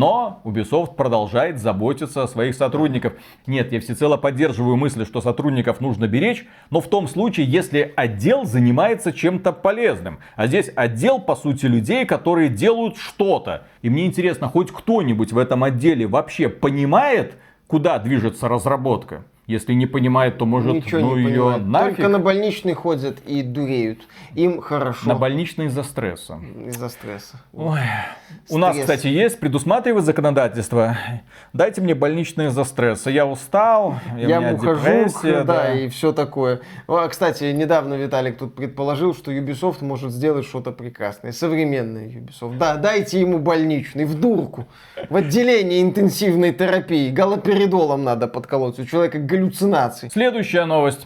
Speaker 1: Но Ubisoft продолжает заботиться о своих сотрудниках. Нет, я всецело поддерживаю мысль, что сотрудников нужно беречь, но в том случае, если отдел занимается чем-то полезным. А здесь отдел, по сути, людей, которые делают что-то. И мне интересно, хоть кто-нибудь в этом отделе вообще понимает, куда движется разработка? Если не понимает, то может,
Speaker 2: ничего
Speaker 1: ну
Speaker 2: не
Speaker 1: ее
Speaker 2: понимают.
Speaker 1: нафиг.
Speaker 2: Только на больничный ходят и дуреют. Им хорошо.
Speaker 1: На больничный из-за стресса.
Speaker 2: Из-за стресса.
Speaker 1: Ой. У нас, кстати, есть, предусматривает законодательство. Дайте мне больничные из-за стресса. Я устал, у меня депрессия.
Speaker 2: Да, и все такое. Кстати, недавно Виталик тут предположил, что Ubisoft может сделать что-то прекрасное. Современный Ubisoft. Да, дайте ему больничный, в дурку. В отделении интенсивной терапии. Галоперидолом надо подколоть. У человека галлюцинации.
Speaker 1: Следующая новость.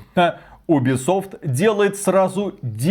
Speaker 1: Ubisoft делает сразу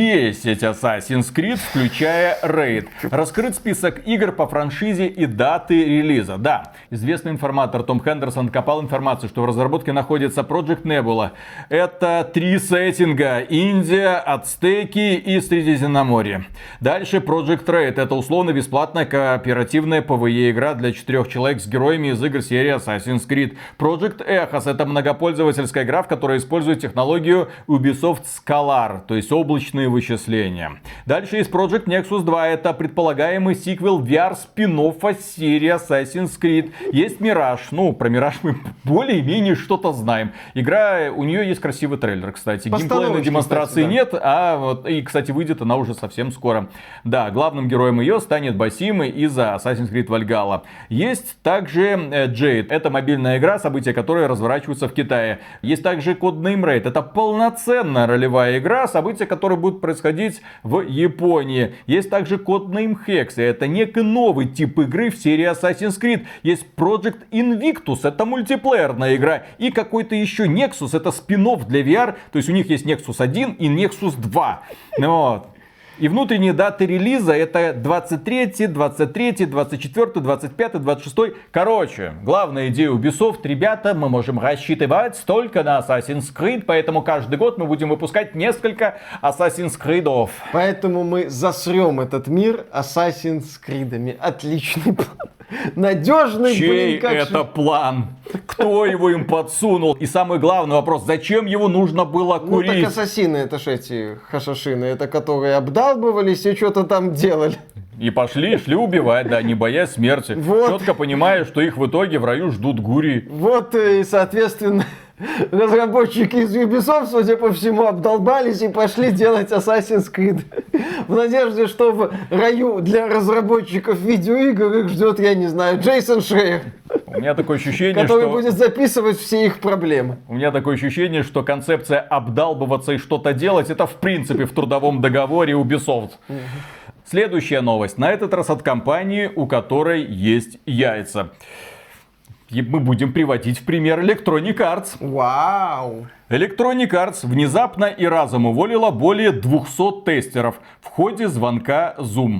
Speaker 1: 10 Assassin's Creed, включая Raid. Раскрыт список игр по франшизе и даты релиза. Да, известный информатор Том Хендерсон копал информацию, что в разработке находится Project Nebula. Это 3 сеттинга: Индия, Ацтеки и Средиземноморье. Дальше Project Raid. Это условно-бесплатная кооперативная PvE игра для 4 человек с героями из игр серии Assassin's Creed. Project Echoes. Это многопользовательская игра, в которой использует технологию Ubisoft Scalar, то есть облачные вычисления. Дальше есть Project Nexus 2, это предполагаемый сиквел VR-спин-оффа серии Assassin's Creed. Есть Mirage, ну про Mirage мы более-менее что-то знаем. Игра, у нее есть красивый трейлер, кстати. Геймплейной демонстрации кстати, да. Нет, а вот, и, кстати, выйдет она уже совсем скоро. Да, главным героем ее станет Басим из Assassin's Creed Valhalla. Есть также Jade, это мобильная игра, события которой разворачиваются в Китае. Есть также Codename Raid, это полноценная ролевая игра, события которой будут происходить в Японии. Есть также Codename Hex, это некий новый тип игры в серии Assassin's Creed. Есть Project Invictus, это мультиплеерная игра. И какой-то еще Nexus, это спин-офф для VR. То есть у них есть Nexus 1 и Nexus 2. Вот. И внутренние даты релиза это 23, 23, 24, 25, 26. Короче, главная идея Ubisoft, ребята, мы можем рассчитывать только на Assassin's Creed, поэтому каждый год мы будем выпускать несколько Assassin's Creed'ов.
Speaker 2: Поэтому мы засрем этот мир Assassin's Creed'ами. Отличный план. Надежный,
Speaker 1: Чей это план? Кто его им подсунул? И самый главный вопрос, зачем его нужно было курить?
Speaker 2: Ну так ассасины, это ж эти хашашины, это которые обдалбывались и что-то там делали.
Speaker 1: И шли убивать, да, не боясь смерти. Вот. Четко понимая, что их в итоге в раю ждут гури.
Speaker 2: Вот и, соответственно, разработчики из Ubisoft, судя по всему, обдолбались и пошли делать Assassin's Creed. В надежде, что в раю для разработчиков видеоигр их ждет, я не знаю, Джейсон Шрейер.
Speaker 1: У меня такое ощущение,
Speaker 2: который будет записывать все их проблемы.
Speaker 1: У меня такое ощущение, что концепция обдалбываться и что-то делать, это в принципе в трудовом договоре Ubisoft. Следующая новость. На этот раз от компании, у которой есть яйца. И мы будем приводить в пример Electronic Arts.
Speaker 2: Вау!
Speaker 1: Electronic Arts внезапно и разом уволила более 200 тестеров в ходе звонка Zoom.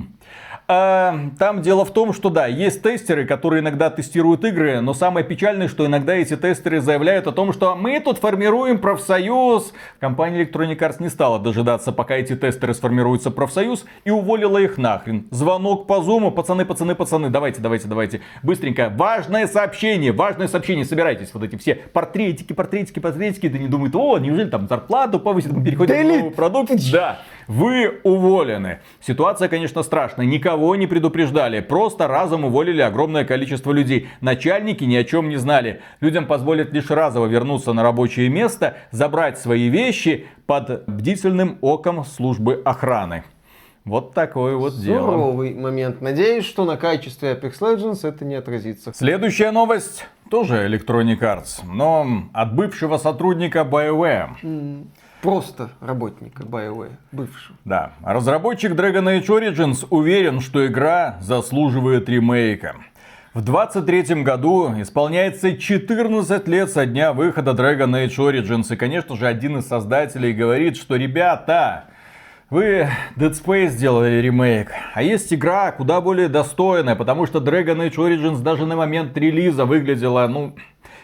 Speaker 1: Там дело в том, что да, есть тестеры, которые иногда тестируют игры, но самое печальное, что иногда эти тестеры заявляют о том, что мы тут формируем профсоюз. Компания Electronic Arts не стала дожидаться, пока эти тестеры сформируются профсоюз, и уволила их нахрен. Звонок по Zoom, пацаны, давайте, быстренько. Важное сообщение, собирайтесь, вот эти все портретики, да не думают, о, неужели там зарплату повысит, мы переходим на новый продукт. Да, вы уволены. Ситуация, конечно, страшная, никого не предупреждали, просто разом уволили огромное количество людей. Начальники ни о чем не знали. Людям позволят лишь разово вернуться на рабочее место, забрать свои вещи под бдительным оком службы охраны. Вот такое вот дело.
Speaker 2: Суровый момент. Надеюсь, что на качестве Apex Legends это не отразится.
Speaker 1: Следующая новость тоже Electronic Arts, но от бывшего сотрудника BioWare.
Speaker 2: Просто работника BioWare, бывшего.
Speaker 1: Да. Разработчик Dragon Age Origins уверен, что игра заслуживает ремейка. В 23 году исполняется 14 лет со дня выхода Dragon Age Origins. И, конечно же, один из создателей говорит, что, ребята, вы Dead Space сделали ремейк, а есть игра куда более достойная, потому что Dragon Age Origins даже на момент релиза выглядела,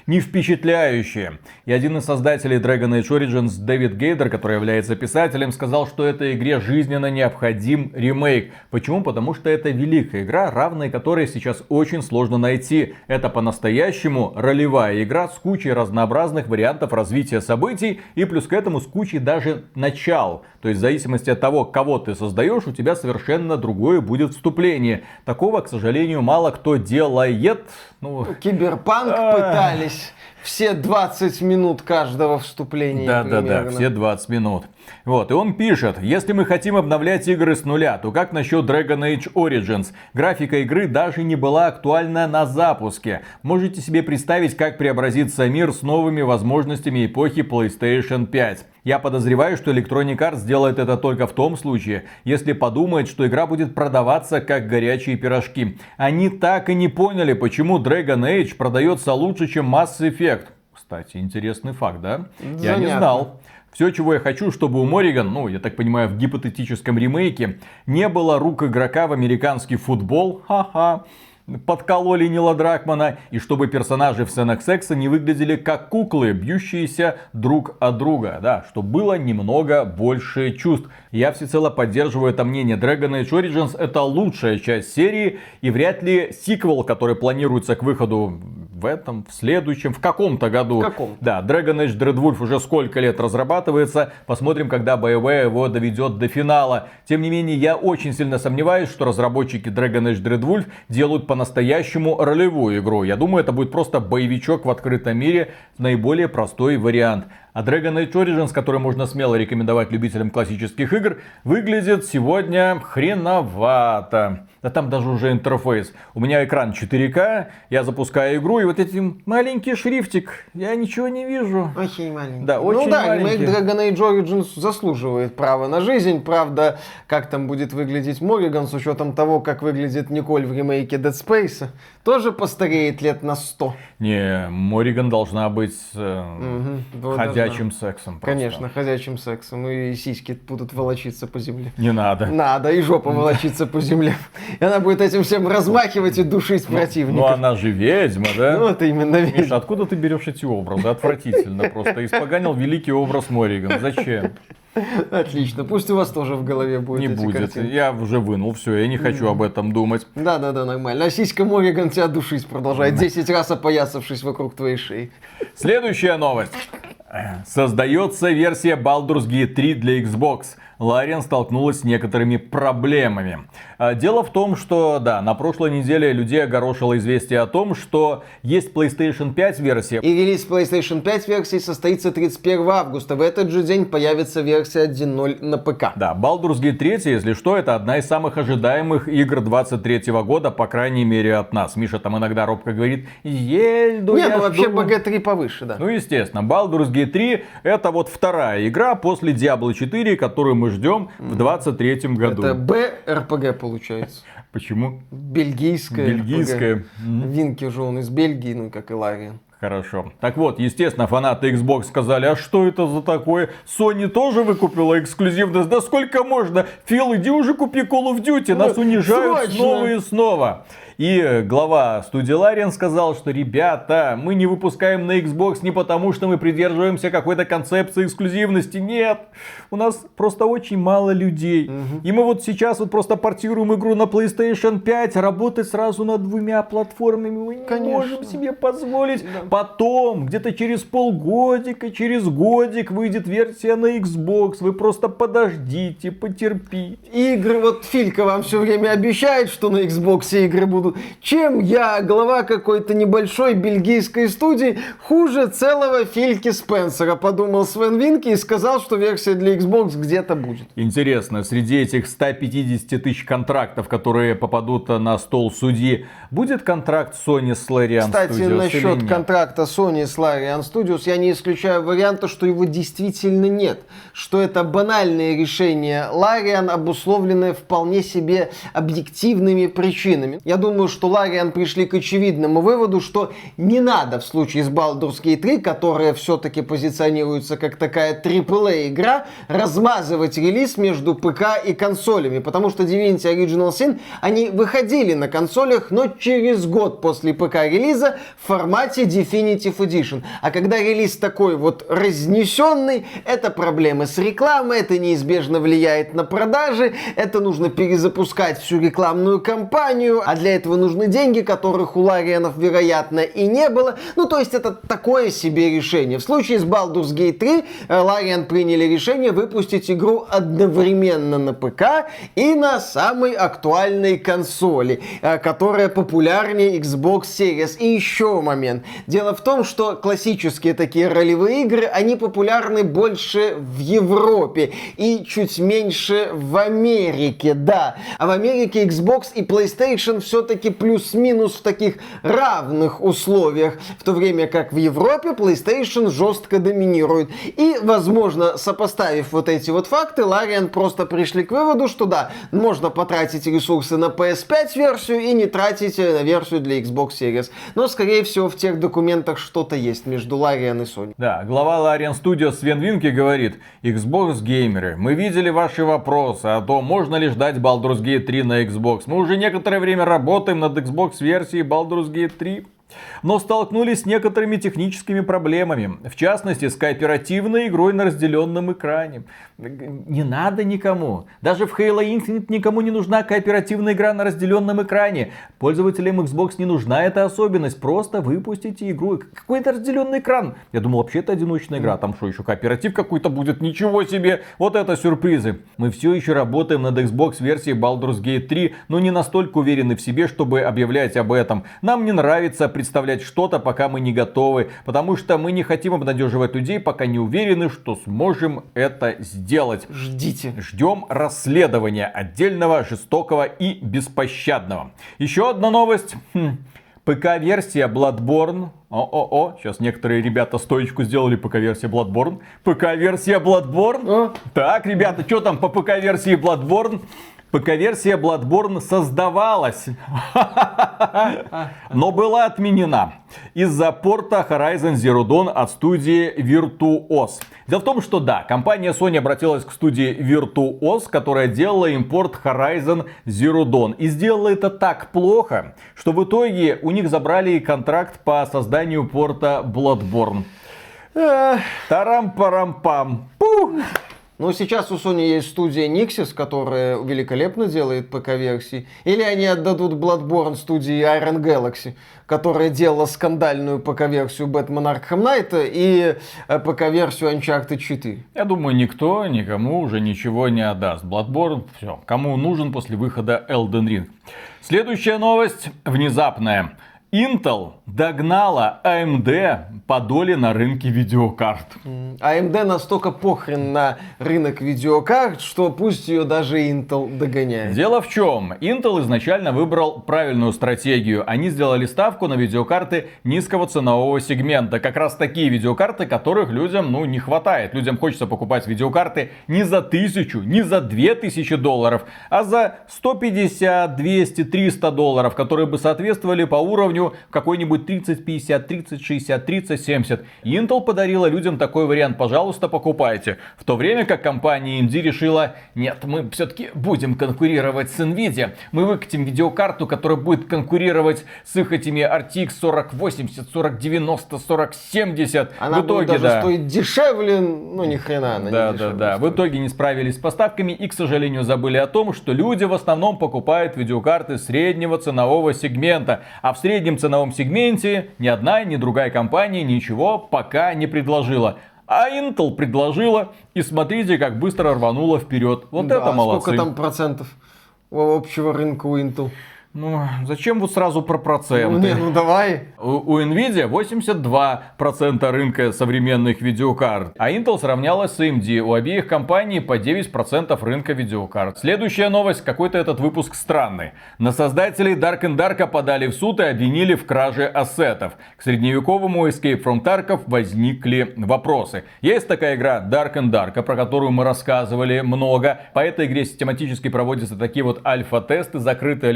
Speaker 1: не впечатляющие. И один из создателей Dragon Age Origins, Дэвид Гейдер, который является писателем, сказал, что этой игре жизненно необходим ремейк. Почему? Потому что это великая игра, равной которой сейчас очень сложно найти. Это по-настоящему ролевая игра с кучей разнообразных вариантов развития событий и плюс к этому с кучей даже начал. То есть в зависимости от того, кого ты создаешь, у тебя совершенно другое будет вступление. Такого, к сожалению, мало кто делает.
Speaker 2: Киберпанк пытались. Все 20 минут каждого вступления.
Speaker 1: Да, все 20 минут. Вот, и он пишет: если мы хотим обновлять игры с нуля, то как насчет Dragon Age Origins? Графика игры даже не была актуальна на запуске. Можете себе представить, как преобразится мир с новыми возможностями эпохи PlayStation 5. Я подозреваю, что Electronic Arts сделает это только в том случае, если подумает, что игра будет продаваться как горячие пирожки. Они так и не поняли, почему Dragon Age продается лучше, чем Mass Effect. Кстати, интересный факт, да?
Speaker 2: Занятно.
Speaker 1: Я не знал. Все, чего я хочу, чтобы у Морриган, я так понимаю, в гипотетическом ремейке, не было рук игрока в американский футбол. Ха-ха. Подкололи Нила Дракмана, и чтобы персонажи в сценах секса не выглядели как куклы, бьющиеся друг от друга. Да, чтобы было немного больше чувств. Я всецело поддерживаю это мнение. Dragon Age Origins это лучшая часть серии, и вряд ли сиквел, который планируется к выходу в этом, в следующем, в каком-то году. Да, Dragon Age Dreadwolf уже сколько лет разрабатывается. Посмотрим, когда BioWare его доведет до финала. Тем не менее, я очень сильно сомневаюсь, что разработчики Dragon Age Dreadwolf делают по-настоящему ролевую игру. Я думаю, это будет просто боевичок в открытом мире, наиболее простой вариант. А Dragon Age Origins, который можно смело рекомендовать любителям классических игр, выглядит сегодня хреновато. Да там даже уже интерфейс. У меня экран 4К, я запускаю игру, и вот этим маленький шрифтик, я ничего не вижу.
Speaker 2: Очень маленький.
Speaker 1: Да, очень маленький.
Speaker 2: Ремейк Dragon Age Origins заслуживает права на жизнь. Правда, как там будет выглядеть Морриган с учетом того, как выглядит Николь в ремейке Dead Space, тоже постареет лет на 100.
Speaker 1: Не, Морриган должна быть ходячим сексом. Просто.
Speaker 2: Конечно, ходячим сексом. И сиськи будут волочиться по земле.
Speaker 1: Не надо.
Speaker 2: Надо, и жопа волочиться по земле. И она будет этим всем размахивать и душить противника.
Speaker 1: Ну она же ведьма, да?
Speaker 2: Ну это именно ведьма.
Speaker 1: Миша, откуда ты берешь эти образы? Отвратительно просто. Испоганил великий образ Морриган. Зачем?
Speaker 2: Отлично, пусть у вас тоже в голове будет.
Speaker 1: Не будет, картинки. Я уже вынул, все, я не хочу об этом думать.
Speaker 2: Да, нормально. А сиська Морриган тебя душить продолжает, 10 раз опоясавшись вокруг твоей шеи.
Speaker 1: Следующая новость. Создается версия Baldur's Gate 3 для Xbox. Larian столкнулась с некоторыми проблемами. Дело в том, что, да, на прошлой неделе людей огорошило известие о том, что есть PlayStation 5 версия.
Speaker 2: И релиз PlayStation 5 версии состоится 31 августа. В этот же день появится версия 1.0 на ПК.
Speaker 1: Да, Baldur's Gate 3, если что, это одна из самых ожидаемых игр 23 года, по крайней мере от нас. Миша там иногда робко говорит: Ельду,
Speaker 2: нет, вообще BG3 повыше, да.
Speaker 1: Ну, естественно, Baldur's Gate 3 это вот вторая игра после Diablo 4, которую мы ждем в 23 году.
Speaker 2: Это B-RPG получается.
Speaker 1: Почему?
Speaker 2: Бельгийская.
Speaker 1: Бельгийская.
Speaker 2: Винки же он из Бельгии, ну как и Лариан.
Speaker 1: Хорошо. Так вот, естественно, фанаты Xbox сказали: а что это за такое? Sony тоже выкупила эксклюзивность? Да сколько можно? Фил, иди уже купи Call of Duty, нас унижают
Speaker 2: срочно.
Speaker 1: Снова и снова. И глава студии Larian сказал, что ребята, мы не выпускаем на Xbox не потому, что мы придерживаемся какой-то концепции эксклюзивности. Нет, у нас просто очень мало людей. И мы вот сейчас вот просто портируем игру на PlayStation 5, работать сразу над двумя платформами мы не можем себе позволить. Да. Потом, где-то через полгодика, через годик выйдет версия на Xbox. Вы просто подождите, потерпите.
Speaker 2: Игры, вот Филька вам все время обещает, что на Xbox игры будут. Чем я, глава какой-то небольшой бельгийской студии, хуже целого Фильки Спенсера, подумал Свен Винки и сказал, что версия для Xbox где-то будет.
Speaker 1: Интересно, среди этих 150 тысяч контрактов, которые попадут на стол судьи, будет контракт Sony с Larian Studios?
Speaker 2: Кстати, насчет контракта Sony с Larian Studios, я не исключаю варианта, что его действительно нет. Что это банальное решение Larian, обусловленное вполне себе объективными причинами. Я думаю, думаю, что Larian пришли к очевидному выводу, что не надо в случае с Baldur's Gate 3, которая все-таки позиционируется как такая AAA игра, размазывать релиз между ПК и консолями, потому что Divinity Original Sin, они выходили на консолях, но через год после ПК-релиза в формате Definitive Edition. А когда релиз такой вот разнесенный, это проблемы с рекламой, это неизбежно влияет на продажи, это нужно перезапускать всю рекламную кампанию, а для этого нужны деньги, которых у Ларианов, вероятно, и не было. Ну, то есть это такое себе решение. В случае с Baldur's Gate 3 Larian приняли решение выпустить игру одновременно на ПК и на самой актуальной консоли, которая популярнее Xbox Series. И еще момент. Дело в том, что классические такие ролевые игры, они популярны больше в Европе и чуть меньше в Америке, да. А в Америке Xbox и PlayStation все-таки плюс-минус в таких равных условиях, в то время как в Европе PlayStation жестко доминирует. И, возможно, сопоставив вот эти вот факты, Larian просто пришли к выводу, что да, можно потратить ресурсы на PS5 версию и не тратить на версию для Xbox Series. Но, скорее всего, в тех документах что-то есть между Larian и Sony.
Speaker 1: Да, глава Larian Studios Свен Винки говорит: Xbox геймеры, мы видели ваши вопросы о том, можно ли ждать Baldur's Gate 3 на Xbox. Мы уже некоторое время работаем над Xbox версией Baldur's Gate 3. Но столкнулись с некоторыми техническими проблемами. В частности, с кооперативной игрой на разделенном экране. Не надо никому. Даже в Halo Infinite никому не нужна кооперативная игра на разделенном экране. Пользователям Xbox не нужна эта особенность. Просто выпустите игру. Какой-то разделенный экран. Я думал, вообще это одиночная игра. Там что, еще кооператив какой-то будет? Ничего себе. Вот это сюрпризы. Мы все еще работаем над Xbox версией Baldur's Gate 3, но не настолько уверены в себе, чтобы объявлять об этом. Нам не нравится представлять что-то, пока мы не готовы, потому что мы не хотим обнадеживать людей, пока не уверены, что сможем это сделать.
Speaker 2: Ждите.
Speaker 1: Ждем расследования отдельного, жестокого и беспощадного. Еще одна новость. ПК-версия Bloodborne. Сейчас некоторые ребята стоечку сделали, ПК-версия Bloodborne. ПК-версия Bloodborne. Так, ребята, что там по ПК-версии Bloodborne? ПК-версия Bloodborne создавалась, но была отменена из-за порта Horizon Zero Dawn от студии Virtuos. Дело в том, что да, компания Sony обратилась к студии Virtuos, которая делала импорт Horizon Zero Dawn. И сделала это так плохо, что в итоге у них забрали контракт по созданию порта Bloodborne. Тарам-парам-пам.
Speaker 2: Ну, сейчас у Sony есть студия Nixxes, которая великолепно делает ПК-версии. Или они отдадут Bloodborne студии Iron Galaxy, которая делала скандальную ПК-версию Batman Arkham Knight и ПК-версию Uncharted 4.
Speaker 1: Я думаю, никто никому уже ничего не отдаст. Bloodborne, все. Кому нужен после выхода Elden Ring. Следующая новость внезапная. Intel догнала AMD по доле на рынке видеокарт.
Speaker 2: AMD настолько похрен на рынок видеокарт, что пусть ее даже Intel догоняет.
Speaker 1: Дело в чем? Intel изначально выбрал правильную стратегию. Они сделали ставку на видеокарты низкого ценового сегмента. Как раз такие видеокарты, которых людям не хватает. Людям хочется покупать видеокарты не за 1000, не за 2000 долларов, а за 150, 200, 300 долларов, которые бы соответствовали по уровню какой-нибудь 3050, 3060, 3070. Intel подарила людям такой вариант. Пожалуйста, покупайте. В то время как компания AMD решила: нет, мы все-таки будем конкурировать с Nvidia. Мы выкатим видеокарту, которая будет конкурировать с их этими RTX 4080, 4090, 4070.
Speaker 2: Она
Speaker 1: в итоге,
Speaker 2: будет даже стоить дешевле, ни хрена она не дешевле.
Speaker 1: Да. В итоге не справились с поставками и, к сожалению, забыли о том, что люди в основном покупают видеокарты среднего ценового сегмента. А в среднем ценовом сегменте ни одна, ни другая компания ничего пока не предложила. А Intel предложила, и смотрите, как быстро рванула вперед. Вот это молодцы.
Speaker 2: Сколько там процентов общего рынка у Intel?
Speaker 1: Зачем вот сразу про проценты?
Speaker 2: Давай.
Speaker 1: У Nvidia 82% рынка современных видеокарт, а Intel сравнялась с AMD. У обеих компаний по 9% рынка видеокарт. Следующая новость. Какой-то этот выпуск странный. На создателей Dark and Dark подали в суд и обвинили в краже ассетов. К средневековому Escape from Tarkov возникли вопросы. Есть такая игра Dark and Dark, про которую мы рассказывали много. По этой игре систематически проводятся такие вот альфа-тесты, закрытые или открытые.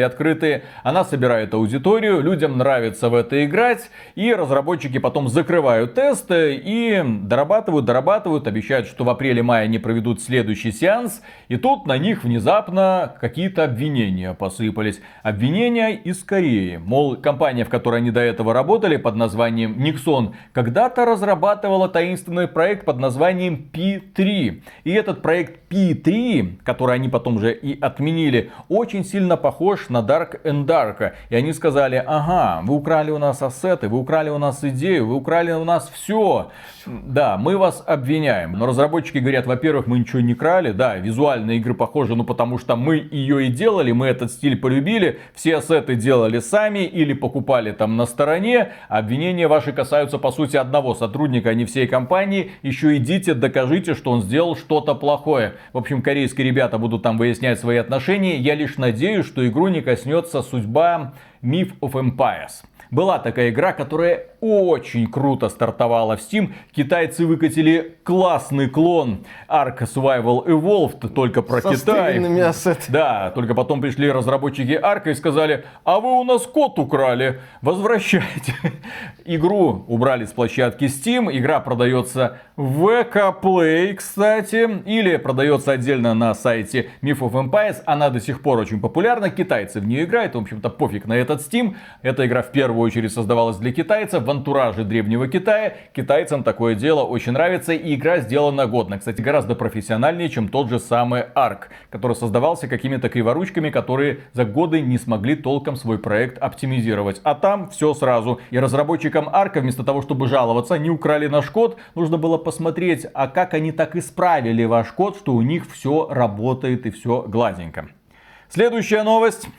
Speaker 1: тесты, она собирает аудиторию, людям нравится в это играть, и разработчики потом закрывают тесты и дорабатывают, обещают, что в апреле-мае они проведут следующий сеанс, и тут на них внезапно какие-то обвинения посыпались. Обвинения из Кореи. Мол, компания, в которой они до этого работали под названием Nixon, когда-то разрабатывала таинственный проект под названием P3. И этот проект P3, который они потом же и отменили, очень сильно похож на Dark and Dark. И они сказали: ага, вы украли у нас ассеты, вы украли у нас идею, вы украли у нас все. Да, мы вас обвиняем. Но разработчики говорят: во-первых, мы ничего не крали. Да, визуально игры похожи, ну потому что мы ее и делали, мы этот стиль полюбили. Все ассеты делали сами или покупали там на стороне. Обвинения ваши касаются по сути одного сотрудника, а не всей компании. Еще идите, докажите, что он сделал что-то плохое. В общем, корейские ребята будут там выяснять свои отношения. Я лишь надеюсь, что игру не коснется судьба Myth of Empires. Была такая игра, которая очень круто стартовала в Steam. Китайцы выкатили классный клон Ark Survival Evolved, только про Китай. Да, только потом пришли разработчики Арка и сказали: а вы у нас код украли, возвращайте. Игру убрали с площадки Steam, игра продается в VK Play, кстати, или продается отдельно на сайте Myth of Empires. Она до сих пор очень популярна, китайцы в нее играют, в общем-то пофиг на этот Steam. Эта игра в первую очередь создавалась для китайцев, в антураже древнего Китая. Китайцам такое дело очень нравится, и игра сделана годно. Кстати, гораздо профессиональнее, чем тот же самый Ark, который создавался какими-то криворучками, которые за годы не смогли толком свой проект оптимизировать. А там все сразу. И разработчикам Арка, вместо того, чтобы жаловаться, они украли наш код, нужно было посмотреть, а как они так исправили ваш код, что у них все работает и все гладенько. Следующая новость.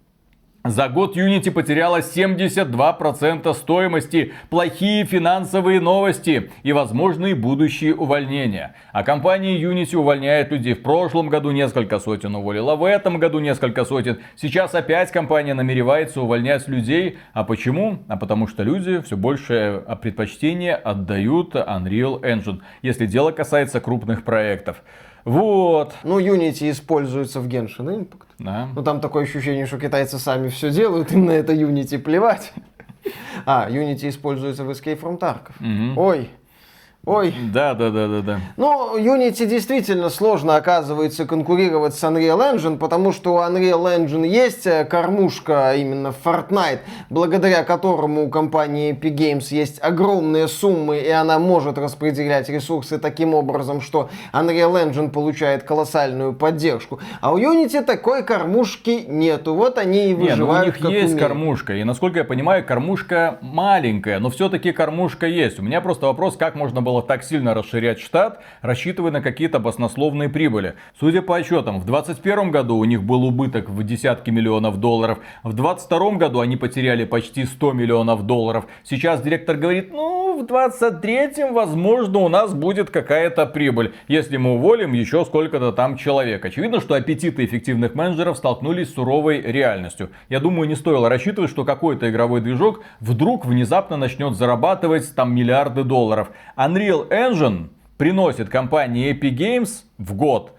Speaker 1: За год Unity потеряла 72% стоимости. Плохие финансовые новости и возможные будущие увольнения. А компания Unity увольняет людей. В прошлом году несколько сотен уволила, в этом году несколько сотен. Сейчас опять компания намеревается увольнять людей. А почему? А потому что люди все больше предпочтение отдают Unreal Engine, если дело касается крупных проектов. Вот.
Speaker 2: Ну, Unity используется в Genshin Impact.
Speaker 1: Да.
Speaker 2: Ну, там такое ощущение, что китайцы сами все делают, им на это Unity плевать. Unity используется в Escape from Tarkov. Ой.
Speaker 1: Да.
Speaker 2: Ну, Unity действительно сложно, оказывается, конкурировать с Unreal Engine, потому что у Unreal Engine есть кормушка именно Fortnite, благодаря которому у компании Epic Games есть огромные суммы, и она может распределять ресурсы таким образом, что Unreal Engine получает колоссальную поддержку. А у Unity такой кормушки нету. Вот они и выживают.
Speaker 1: У них есть кормушка, и насколько я понимаю, кормушка маленькая, но все-таки кормушка есть. У меня просто вопрос, как можно было так сильно расширять штат, рассчитывая на какие-то баснословные прибыли. Судя по отчетам, в 2021 году у них был убыток в десятки миллионов долларов. В 2022 году они потеряли почти 100 миллионов долларов. Сейчас директор говорит: ну, в 2023 возможно у нас будет какая-то прибыль, если мы уволим еще сколько-то там человек. Очевидно, что аппетиты эффективных менеджеров столкнулись с суровой реальностью. Я думаю, не стоило рассчитывать, что какой-то игровой движок вдруг внезапно начнет зарабатывать там миллиарды долларов. Unreal Engine приносит компании Epic Games в год,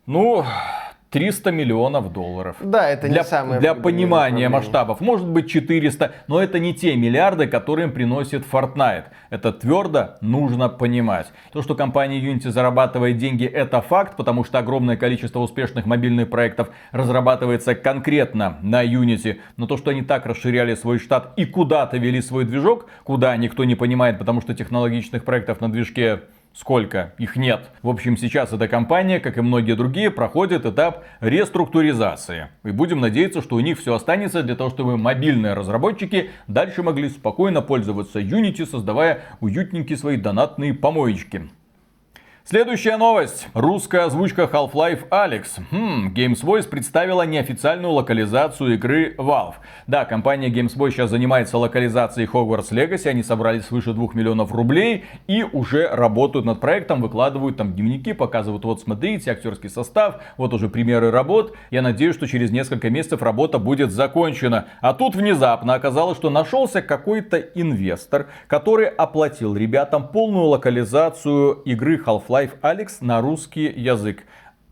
Speaker 1: 300 миллионов долларов.
Speaker 2: Да, это не самое
Speaker 1: для понимания масштабов. Может быть 400, но это не те миллиарды, которые им приносит Fortnite. Это твердо нужно понимать. То, что компания Unity зарабатывает деньги, это факт, потому что огромное количество успешных мобильных проектов разрабатывается конкретно на Unity. Но то, что они так расширяли свой штат и куда-то вели свой движок, куда никто не понимает, потому что технологичных проектов на движке сколько? Их нет. В общем, сейчас эта компания, как и многие другие, проходит этап реструктуризации. И будем надеяться, что у них все останется для того, чтобы мобильные разработчики дальше могли спокойно пользоваться Unity, создавая уютненькие свои донатные помоечки. Следующая новость. Русская озвучка Half-Life Alyx. Games Voice представила неофициальную локализацию игры Valve. Да, компания Games Voice сейчас занимается локализацией Hogwarts Legacy. Они собрали свыше 2 миллионов рублей и уже работают над проектом, выкладывают там дневники, показывают: вот смотрите, актерский состав, вот уже примеры работ. Я надеюсь, что через несколько месяцев работа будет закончена. А тут внезапно оказалось, что нашелся какой-то инвестор, который оплатил ребятам полную локализацию игры Half-Life Alyx на русский язык.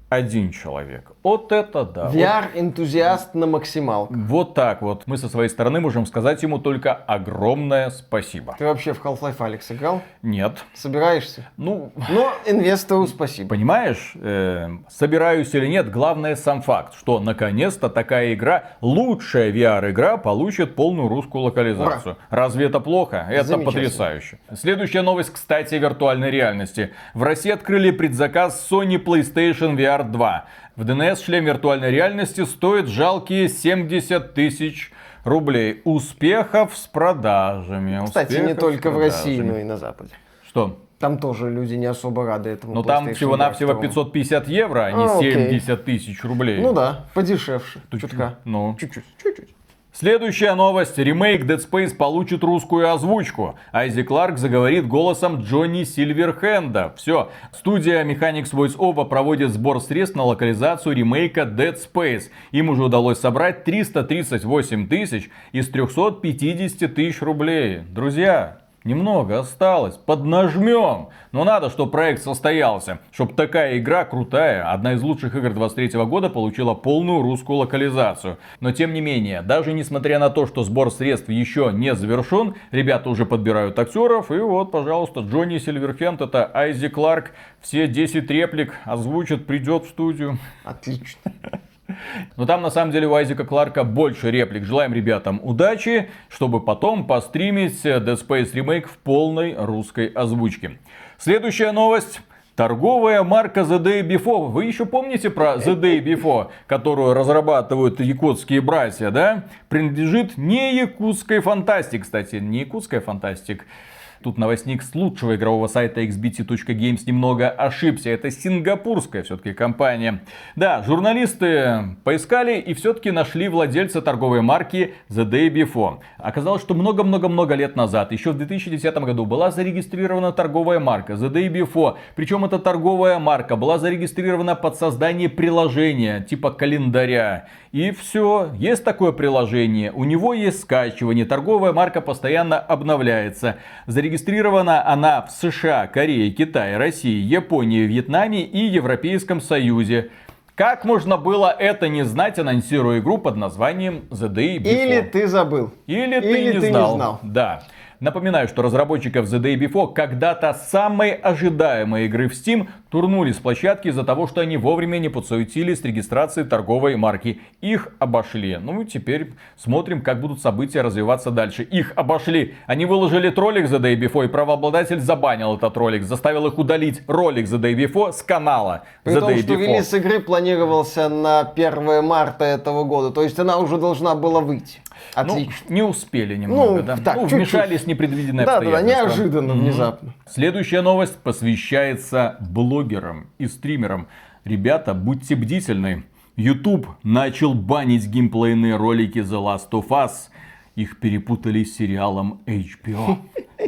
Speaker 1: 1 человек. Вот это да.
Speaker 2: VR-энтузиаст на максималках.
Speaker 1: Вот так вот. Мы со своей стороны можем сказать ему только огромное спасибо.
Speaker 2: Ты вообще в Half-Life Алекс играл?
Speaker 1: Нет.
Speaker 2: Собираешься?
Speaker 1: Ну,
Speaker 2: Но инвестору спасибо.
Speaker 1: понимаешь, собираюсь или нет, главное сам факт, что наконец-то такая игра, лучшая VR-игра, получит полную русскую локализацию.
Speaker 2: Ура.
Speaker 1: Разве это плохо? Это
Speaker 2: Замечательно.
Speaker 1: потрясающе. Следующая новость, кстати, виртуальной реальности. В России открыли предзаказ Sony PlayStation VR 2. В ДНС шлем виртуальной реальности стоит жалкие 70 тысяч рублей. Успехов с продажами.
Speaker 2: Кстати, не
Speaker 1: Успехов
Speaker 2: только
Speaker 1: с
Speaker 2: в России,
Speaker 1: продажами.
Speaker 2: но и на Западе.
Speaker 1: Что?
Speaker 2: Там тоже люди не особо рады этому.
Speaker 1: Но там
Speaker 2: PlayStation
Speaker 1: всего-навсего
Speaker 2: 2.
Speaker 1: 550 евро, а не
Speaker 2: Окей.
Speaker 1: 70 тысяч рублей.
Speaker 2: Ну да, подешевше. Чутка.
Speaker 1: Ну.
Speaker 2: Чуть-чуть.
Speaker 1: Следующая новость. Ремейк Dead Space получит русскую озвучку. Айзек Кларк заговорит голосом Джонни Сильверхенда. Все. Студия Mechanics Voice Over проводит сбор средств на локализацию ремейка Dead Space. Им уже удалось собрать 338 тысяч из 350 тысяч рублей. Друзья, немного осталось, поднажмем. Но надо, чтобы проект состоялся. Чтобы такая игра крутая, одна из лучших игр 23 года, получила полную русскую локализацию. Но тем не менее, даже несмотря на то, что сбор средств еще не завершен, ребята уже подбирают актеров. И вот, пожалуйста, Джонни Сильверхенд, это Айзек Кларк, все 10 реплик озвучит, придет в студию.
Speaker 2: Отлично.
Speaker 1: Но там на самом деле у Айзека Кларка больше реплик. Желаем ребятам удачи, чтобы потом постримить Dead Space ремейк в полной русской озвучке. Следующая новость. Торговая марка The Day Before. Вы еще помните про The Day Before, которую разрабатывают якутские братья, да? Принадлежит не якутской фантастик, кстати, не якутская фантастик. Тут новостник с лучшего игрового сайта xbt.games немного ошибся. Это сингапурская все-таки компания. Да, журналисты поискали и все-таки нашли владельца торговой марки The Day Before. Оказалось, что много-много-много лет назад, еще в 2010 году, была зарегистрирована торговая марка The Day Before. Причем эта торговая марка была зарегистрирована под создание приложения, типа календаря. И все, есть такое приложение, у него есть скачивание, торговая марка постоянно обновляется. Зарегистрирована она в США, Корее, Китае, России, Японии, Вьетнаме и Европейском Союзе. Как можно было это не знать, анонсируя игру под названием The Day Before?
Speaker 2: Или ты забыл.
Speaker 1: Или ты не знал. Да. Напоминаю, что разработчиков The Day Before когда-то самой ожидаемой игры в Steam турнули с площадки из-за того, что они вовремя не подсуетились с регистрацией торговой марки. Их обошли. Ну и теперь смотрим, как будут события развиваться дальше. Их обошли. Они выложили ролик The Day Before, и правообладатель забанил этот ролик. Заставил их удалить ролик The Day Before с канала
Speaker 2: При
Speaker 1: The
Speaker 2: том,
Speaker 1: Day
Speaker 2: что
Speaker 1: Before.
Speaker 2: релиз игры планировался на 1 марта этого года. То есть она уже должна была выйти. Отлично.
Speaker 1: Ну, не успели немного,
Speaker 2: Ну,
Speaker 1: да?
Speaker 2: так, чуть-чуть.
Speaker 1: Вмешались непредвиденные
Speaker 2: Да,
Speaker 1: обстоятельства.
Speaker 2: неожиданно, внезапно.
Speaker 1: Следующая новость посвящается блогерам и стримерам. Ребята, будьте бдительны. YouTube начал банить геймплейные ролики The Last of Us. Их перепутали с сериалом HBO.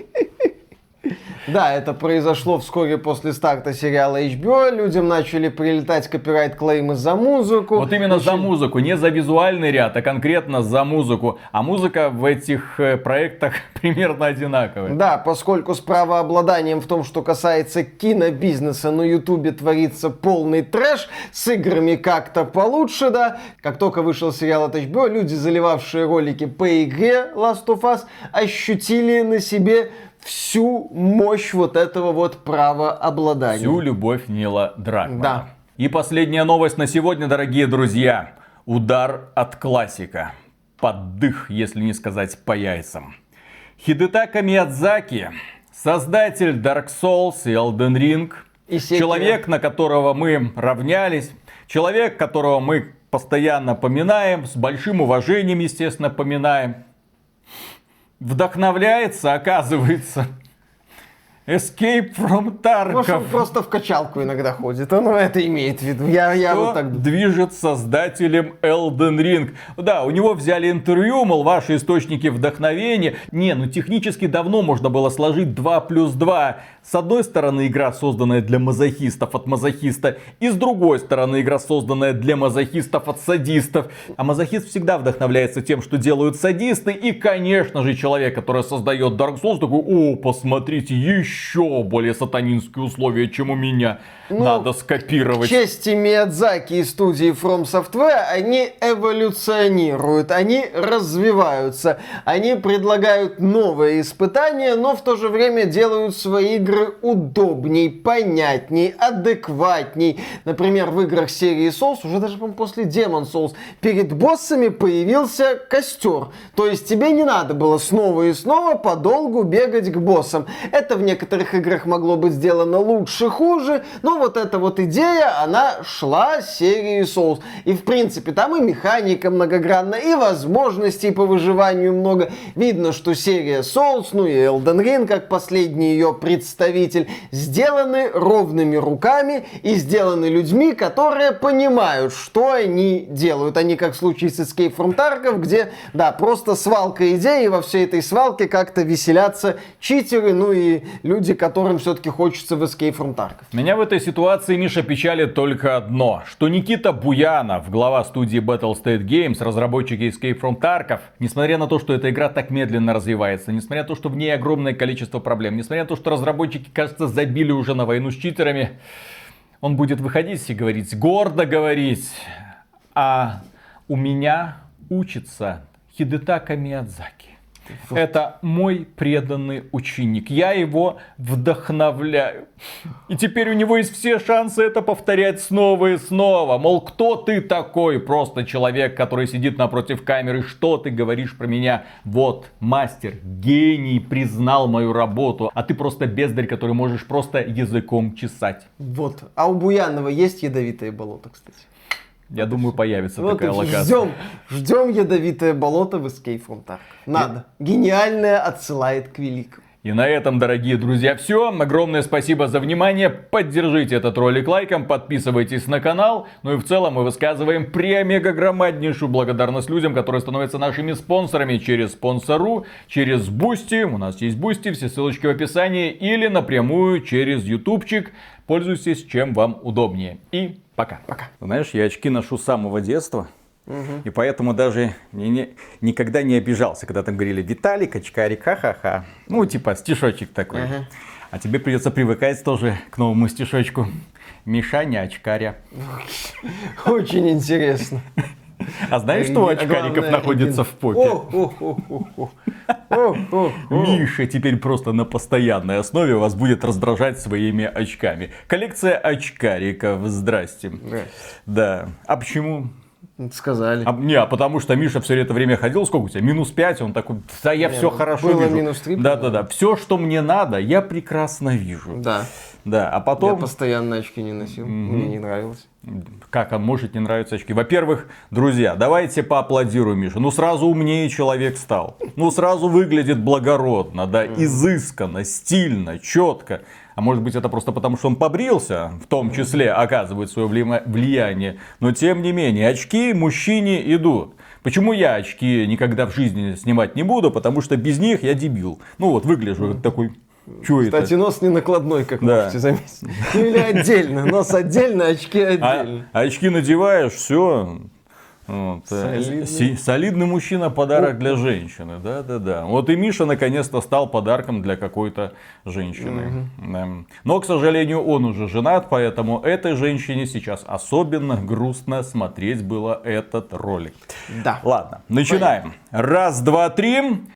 Speaker 2: Да, это произошло вскоре после старта сериала HBO. Людям начали прилетать копирайт-клеймы за музыку.
Speaker 1: Вот именно за музыку, не за визуальный ряд, а конкретно за музыку. А музыка в этих проектах примерно одинаковая.
Speaker 2: Да, поскольку с правообладанием в том, что касается кинобизнеса, на Ютубе творится полный трэш, с играми как-то получше, да. Как только вышел сериал от HBO, люди, заливавшие ролики по игре Last of Us, ощутили на себе всю мощь вот этого вот правообладания.
Speaker 1: Всю любовь Нила Дракмана.
Speaker 2: Да.
Speaker 1: И последняя новость на сегодня, дорогие друзья. Удар от классика. Под дых, если не сказать по яйцам. Хидетака Миядзаки, создатель Dark Souls и Elden Ring,
Speaker 2: И Sekiro.
Speaker 1: человек, на которого мы равнялись, человек, которого мы постоянно поминаем, с большим уважением, естественно, поминаем, вдохновляется, оказывается, Escape from Tarkov.
Speaker 2: Может, он просто в качалку иногда ходит. Он это имеет в виду. Я вот так думаю.
Speaker 1: Движет создателем Elden Ring. Да, у него взяли интервью, мол, ваши источники вдохновения. Не, ну технически давно можно было сложить 2 плюс 2. С одной стороны, игра, созданная для мазохистов от мазохиста. И с другой стороны, игра, созданная для мазохистов от садистов. А мазохист всегда вдохновляется тем, что делают садисты. И, конечно же, человек, который создает Dark Souls, такой: о, посмотрите, еще еще более сатанинские условия, чем у меня.
Speaker 2: Ну,
Speaker 1: Надо
Speaker 2: К
Speaker 1: скопировать.
Speaker 2: чести Миядзаки и студии From Software, они эволюционируют, они развиваются, они предлагают новые испытания, но в то же время делают свои игры удобней, понятней, адекватней. Например, в играх серии Souls, уже даже, по-моему, после Demon Souls, перед боссами появился костер. То есть тебе не надо было снова и снова подолгу бегать к боссам. Это в некоторых играх могло быть сделано лучше, хуже, но вот эта вот идея, она шла с серии Souls. И в принципе там и механика многогранная, и возможностей по выживанию много. Видно, что серия Souls, ну и Elden Ring, как последний ее представитель, сделаны ровными руками и сделаны людьми, которые понимают, что они делают. Они, как в случае с Escape from Tarkov, где, да, просто свалка идей, и во всей этой свалке как-то веселятся читеры, ну и люди, которым все-таки хочется в Escape from Tarkov.
Speaker 1: Меня в этой ситуации, Миша, печалит только одно, что Никита Буянов, глава студии Battlestate Games, разработчики Escape from Tarkov, несмотря на то, что эта игра так медленно развивается, несмотря на то, что в ней огромное количество проблем, несмотря на то, что разработчики, кажется, забили уже на войну с читерами, он будет выходить и говорить, гордо говорить, а у меня учится Хидетака Миядзаки. Это мой преданный ученик. Я его вдохновляю. И теперь у него есть все шансы это повторять снова и снова. Мол, кто ты такой? Просто человек, который сидит напротив камеры. Что ты говоришь про меня? Вот, мастер, гений признал мою работу. А ты просто бездарь, который можешь просто языком чесать.
Speaker 2: Вот. А у Буянова есть ядовитое болото, кстати?
Speaker 1: Я думаю, появится
Speaker 2: Вот
Speaker 1: такая локация.
Speaker 2: ждем ядовитое болото в Escape from Tarkov. Надо. Гениальное отсылает к великому.
Speaker 1: И на этом, дорогие друзья, все. Огромное спасибо за внимание. Поддержите этот ролик лайком, подписывайтесь на канал. Ну и в целом мы высказываем премега-громаднейшую благодарность людям, которые становятся нашими спонсорами через Sponsor.ru, через Boosty. У нас есть Boosty, все ссылочки в описании. Или напрямую через ютубчик. Пользуйтесь, чем вам удобнее. И пока. Знаешь, я очки ношу с самого детства. И поэтому даже никогда не обижался, когда там говорили Виталик, очкарик, ха-ха-ха. Ну, типа стишочек такой. А тебе придется привыкать тоже к новому стишочку. Мишаня очкаря.
Speaker 2: Очень интересно.
Speaker 1: А знаешь, что у очкариков находится в попе? Миша теперь просто на постоянной основе вас будет раздражать своими очками. Коллекция очкариков. Здрасте. Да. А почему?
Speaker 2: Сказали.
Speaker 1: Потому что Миша все это время ходил, сколько у тебя? -5, он такой, да я все хорошо
Speaker 2: было
Speaker 1: вижу.
Speaker 2: -3.
Speaker 1: Да. Все, что мне надо, я прекрасно вижу.
Speaker 2: Да.
Speaker 1: Да, а потом...
Speaker 2: Я постоянно очки не носил, мне не нравилось.
Speaker 1: Как он может не нравиться очки? Во-первых, друзья, давайте поаплодируем Мише. Ну сразу умнее человек стал. Ну сразу выглядит благородно, да, изысканно, стильно, четко. А может быть это просто потому, что он побрился, в том числе оказывает свое влияние. Но тем не менее, очки мужчине идут. Почему я очки никогда в жизни снимать не буду? Потому что без них я дебил. Ну вот выгляжу такой...
Speaker 2: Кстати, нос не накладной, как можете заметить. Ну или отдельно. Нос отдельно, очки отдельно.
Speaker 1: А очки надеваешь, все. Вот. Солидный мужчина — подарок для женщины. Да. Вот и Миша наконец-то стал подарком для какой-то женщины. Да. Но, к сожалению, он уже женат, поэтому этой женщине сейчас особенно грустно смотреть было этот ролик.
Speaker 2: Да.
Speaker 1: Ладно, начинаем. Раз, два, три.